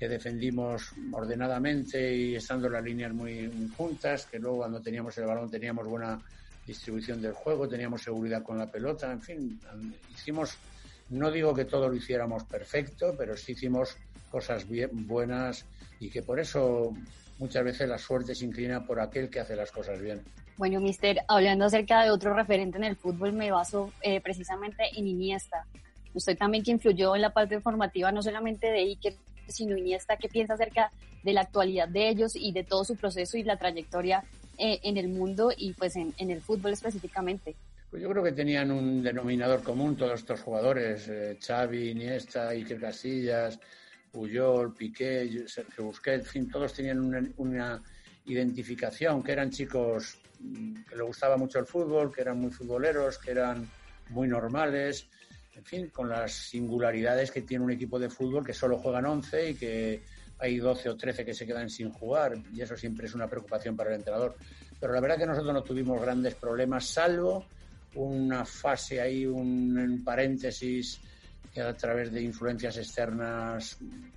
que defendimos ordenadamente y estando las líneas muy, muy juntas, que luego cuando teníamos el balón teníamos buena distribución del juego, teníamos seguridad con la pelota, en fin, hicimos, no digo que todo lo hiciéramos perfecto, pero sí hicimos cosas bien, buenas y que por eso muchas veces la suerte se inclina por aquel que hace las cosas bien. Bueno, mister, hablando acerca de otro referente en el fútbol, me baso eh, precisamente en Iniesta. Usted también que influyó en la parte formativa no solamente de Iker, sino Iniesta, ¿qué piensa acerca de la actualidad de ellos y de todo su proceso y la trayectoria eh, en el mundo y pues en, en el fútbol específicamente? Pues yo creo que tenían un denominador común todos estos jugadores, eh, Xavi, Iniesta, Iker Casillas, Puyol, Piqué, Sergio Busquets, en fin, todos tenían una, una identificación, que eran chicos que les gustaba mucho el fútbol, que eran muy futboleros, que eran muy normales, en fin, con las singularidades que tiene un equipo de fútbol que solo juegan once y que hay doce o trece que se quedan sin jugar y eso siempre es una preocupación para el entrenador. Pero la verdad que nosotros no tuvimos grandes problemas, salvo una fase ahí, un, un paréntesis que a través de influencias externas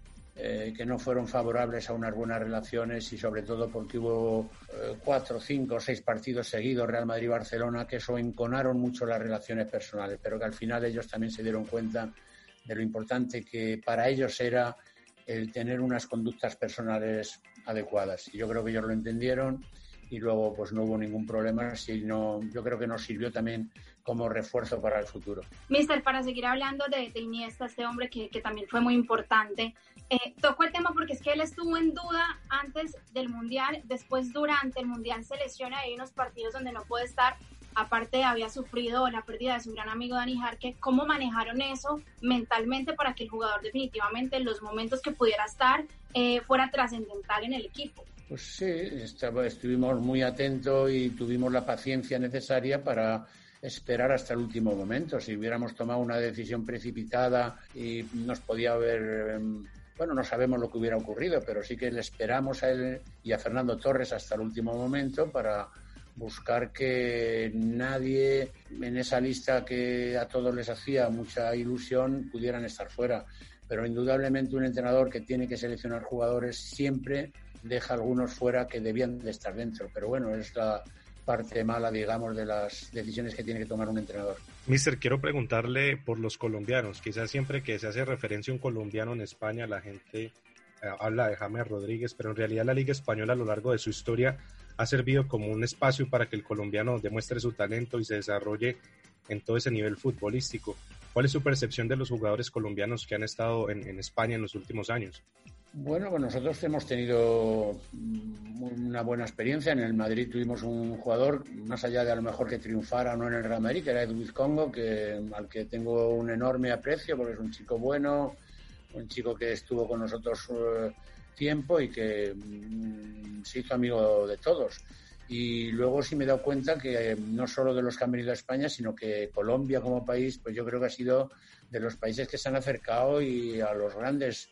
eh, que no fueron favorables a unas buenas relaciones y sobre todo porque hubo eh, cuatro, cinco, seis partidos seguidos Real Madrid-Barcelona que eso enconaron mucho las relaciones personales, pero que al final ellos también se dieron cuenta de lo importante que para ellos era el tener unas conductas personales adecuadas. Y yo creo que ellos lo entendieron y luego pues no hubo ningún problema, sino yo creo que nos sirvió también como refuerzo para el futuro. Mister, para seguir hablando de, de Iniesta, este hombre que, que también fue muy importante, eh, tocó el tema porque es que él estuvo en duda antes del Mundial, después durante el Mundial se lesiona, hay unos partidos donde no puede estar, aparte había sufrido la pérdida de su gran amigo Dani Jarque. ¿Cómo manejaron eso mentalmente para que el jugador definitivamente en los momentos que pudiera estar eh, fuera trascendental en el equipo? Pues sí, estaba, estuvimos muy atentos y tuvimos la paciencia necesaria para esperar hasta el último momento. Si hubiéramos tomado una decisión precipitada y nos podía haber... Bueno, no sabemos lo que hubiera ocurrido, pero sí que le esperamos a él y a Fernando Torres hasta el último momento para buscar que nadie en esa lista que a todos les hacía mucha ilusión pudieran estar fuera. Pero indudablemente un entrenador que tiene que seleccionar jugadores siempre deja algunos fuera que debían de estar dentro. Pero bueno, es la parte mala, digamos, de las decisiones que tiene que tomar un entrenador. Mister, quiero preguntarle por los colombianos. Quizás siempre que se hace referencia a un colombiano en España, la gente eh, habla de James Rodríguez, pero en realidad la Liga Española a lo largo de su historia ha servido como un espacio para que el colombiano demuestre su talento y se desarrolle en todo ese nivel futbolístico. ¿Cuál es su percepción de los jugadores colombianos que han estado en, en España en los últimos años? Bueno, pues nosotros hemos tenido una buena experiencia. En el Madrid tuvimos un jugador, más allá de a lo mejor que triunfara o no en el Real Madrid, que era Edwin Congo, que, al que tengo un enorme aprecio porque es un chico bueno, un chico que estuvo con nosotros uh, tiempo y que um, se hizo amigo de todos. Y luego sí me he dado cuenta que eh, no solo de los que han venido a España, sino que Colombia como país, pues yo creo que ha sido de los países que se han acercado y a los grandes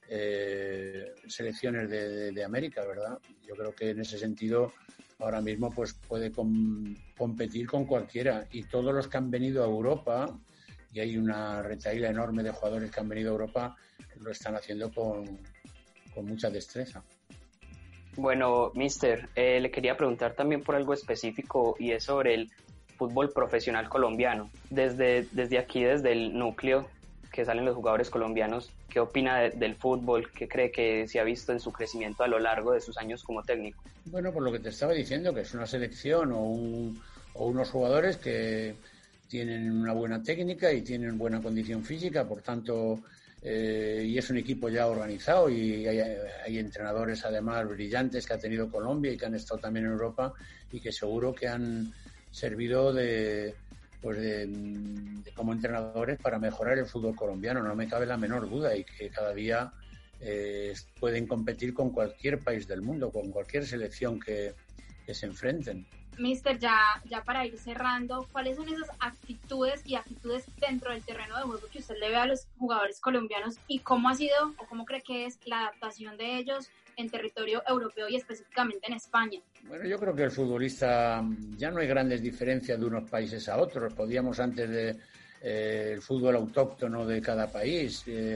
eh, selecciones de, de, de América, ¿verdad? Yo creo que en ese sentido ahora mismo pues puede com- competir con cualquiera y todos los que han venido a Europa, y hay una retahíla enorme de jugadores que han venido a Europa, lo están haciendo con, con mucha destreza. Bueno, mister, eh, le quería preguntar también por algo específico y es sobre el fútbol profesional colombiano. Desde, desde aquí, desde el núcleo que salen los jugadores colombianos, ¿qué opina de, del fútbol? ¿Qué cree que se ha visto en su crecimiento a lo largo de sus años como técnico? Bueno, por lo que te estaba diciendo, que es una selección o, un, o unos jugadores que tienen una buena técnica y tienen buena condición física, por tanto... Eh, y es un equipo ya organizado y hay, hay entrenadores además brillantes que ha tenido Colombia y que han estado también en Europa y que seguro que han servido de, pues de, de como entrenadores para mejorar el fútbol colombiano, no me cabe la menor duda, y que cada día eh, pueden competir con cualquier país del mundo, con cualquier selección que, que se enfrenten. Mister, ya, ya para ir cerrando, ¿cuáles son esas actitudes y actitudes dentro del terreno de juego que usted le ve a los jugadores colombianos y cómo ha sido o cómo cree que es la adaptación de ellos en territorio europeo y específicamente en España? Bueno, yo creo que el futbolista, ya no hay grandes diferencias de unos países a otros. Podíamos antes de eh, el fútbol autóctono de cada país. Eh,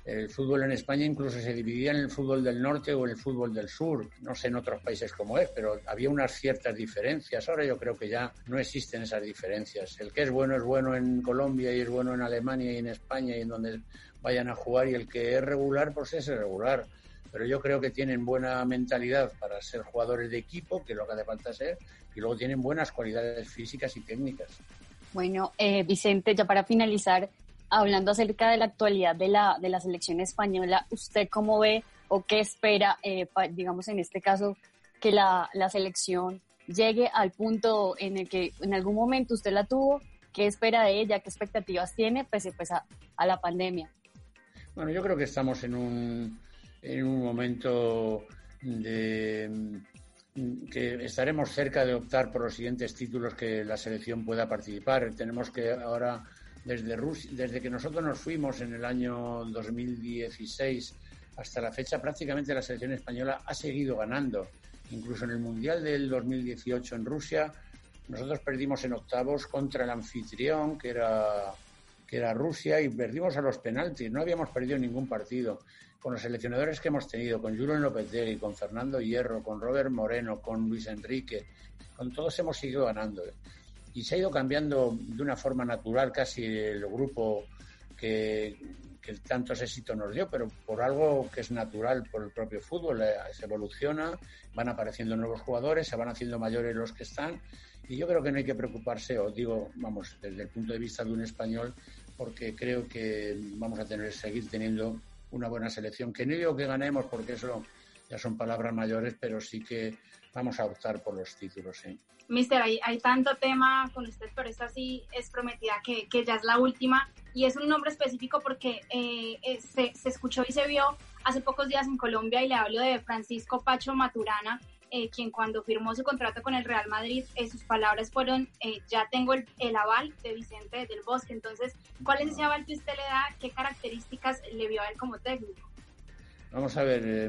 El fútbol en España incluso se dividía en el fútbol del norte o en el fútbol del sur. No sé en otros países cómo es, pero había unas ciertas diferencias. Ahora yo creo que ya no existen esas diferencias. El que es bueno es bueno en Colombia y es bueno en Alemania y en España y en donde vayan a jugar, y el que es regular pues es regular. Pero yo creo que tienen buena mentalidad para ser jugadores de equipo, que es lo que hace falta ser, y luego tienen buenas cualidades físicas y técnicas. Bueno, eh, Vicente, ya para finalizar, hablando acerca de la actualidad de la, de la selección española, ¿usted cómo ve o qué espera, eh, pa, digamos en este caso, que la, la selección llegue al punto en el que en algún momento usted la tuvo? ¿Qué espera de ella? ¿Qué expectativas tiene pese pues, a, a la pandemia? Bueno, yo creo que estamos en un, en un momento de que estaremos cerca de optar por los siguientes títulos que la selección pueda participar. Tenemos que ahora... Desde Rusia, desde que nosotros nos fuimos en el año dos mil dieciséis hasta la fecha, prácticamente la selección española ha seguido ganando. Incluso en el Mundial del dos mil dieciocho en Rusia, nosotros perdimos en octavos contra el anfitrión, que era, que era Rusia, y perdimos a los penaltis. No habíamos perdido ningún partido. Con los seleccionadores que hemos tenido, con Julen Lopetegui, con Fernando Hierro, con Robert Moreno, con Luis Enrique, con todos hemos seguido ganando. Y se ha ido cambiando de una forma natural casi el grupo que, que tantos éxitos nos dio, pero por algo que es natural por el propio fútbol. Eh, se evoluciona, van apareciendo nuevos jugadores, se van haciendo mayores los que están, y yo creo que no hay que preocuparse, os digo, vamos, desde el punto de vista de un español, porque creo que vamos a tener seguir teniendo una buena selección. Que no digo que ganemos, porque eso ya son palabras mayores, pero sí que vamos a optar por los títulos, ¿sí? Mister, hay, hay tanto tema con usted, pero esta sí es prometida que, que ya es la última, y es un nombre específico porque eh, eh, se, se escuchó y se vio hace pocos días en Colombia, y le hablo de Francisco Pacho Maturana, eh, quien cuando firmó su contrato con el Real Madrid, eh, sus palabras fueron, eh, ya tengo el, el aval de Vicente del Bosque. Entonces, ¿cuál es ese aval que usted le da? ¿Qué características le vio a él como técnico? Vamos a ver... Eh...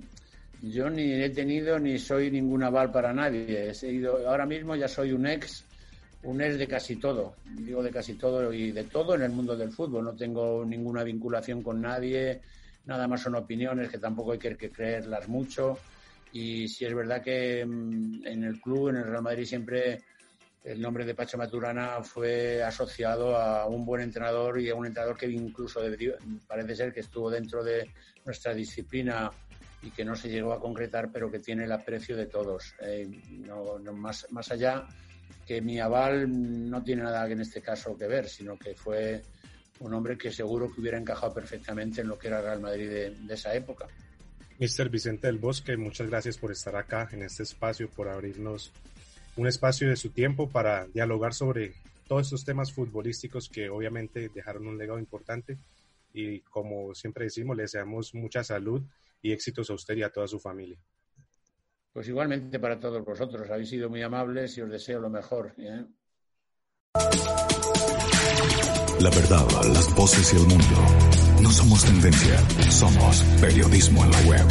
Yo ni he tenido ni soy ningún aval para nadie. He ido, ahora mismo ya soy un ex, un ex de casi todo. Digo de casi todo y de todo en el mundo del fútbol. No tengo ninguna vinculación con nadie. Nada más son opiniones que tampoco hay que, que creerlas mucho. Y sí es verdad que en el club, en el Real Madrid, siempre el nombre de Pacho Maturana fue asociado a un buen entrenador y a un entrenador que incluso debería, parece ser que estuvo dentro de nuestra disciplina y que no se llegó a concretar, pero que tiene el aprecio de todos. Eh, no, no, más, más allá que mi aval no tiene nada en este caso que ver, sino que fue un hombre que seguro que hubiera encajado perfectamente en lo que era el Real Madrid de, de esa época. mister Vicente del Bosque, muchas gracias por estar acá en este espacio, por abrirnos un espacio de su tiempo para dialogar sobre todos estos temas futbolísticos que obviamente dejaron un legado importante, y como siempre decimos, le deseamos mucha salud y éxitos a usted y a toda su familia. Pues igualmente para todos vosotros, habéis sido muy amables y os deseo lo mejor, ¿eh? La verdad, las voces y el mundo. No somos tendencia, somos periodismo en la web.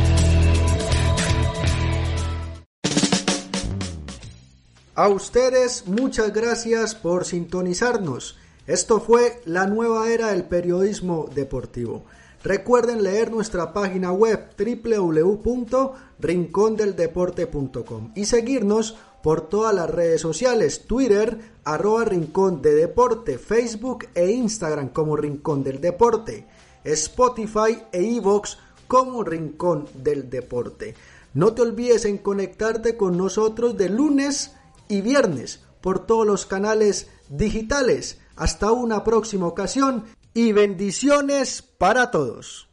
A ustedes, muchas gracias por sintonizarnos. Esto fue la nueva era del periodismo deportivo. Recuerden leer nuestra página web doble u doble u doble u punto rincón del deporte punto com y seguirnos por todas las redes sociales: Twitter, arroba Rincón de Deporte, Facebook e Instagram como Rincón del Deporte, Spotify e iVoox como Rincón del Deporte. No te olvides en conectarte con nosotros de lunes y viernes por todos los canales digitales. Hasta una próxima ocasión y bendiciones para todos.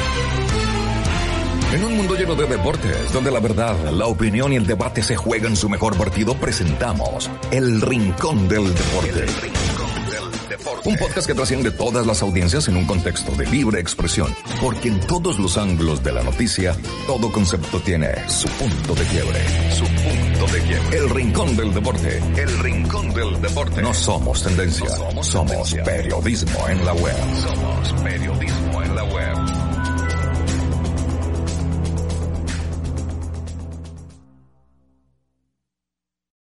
En un mundo lleno de deportes, donde la verdad, la opinión y el debate se juegan su mejor partido, presentamos El Rincón del Deporte. El Rincón del Deporte. Un podcast que trasciende todas las audiencias en un contexto de libre expresión, porque en todos los ángulos de la noticia, todo concepto tiene su punto de quiebre. Su punto de quiebre. El Rincón del Deporte. El Rincón del Deporte. No somos tendencia, no somos, somos tendencia. Periodismo en la web. Somos periodismo en la web.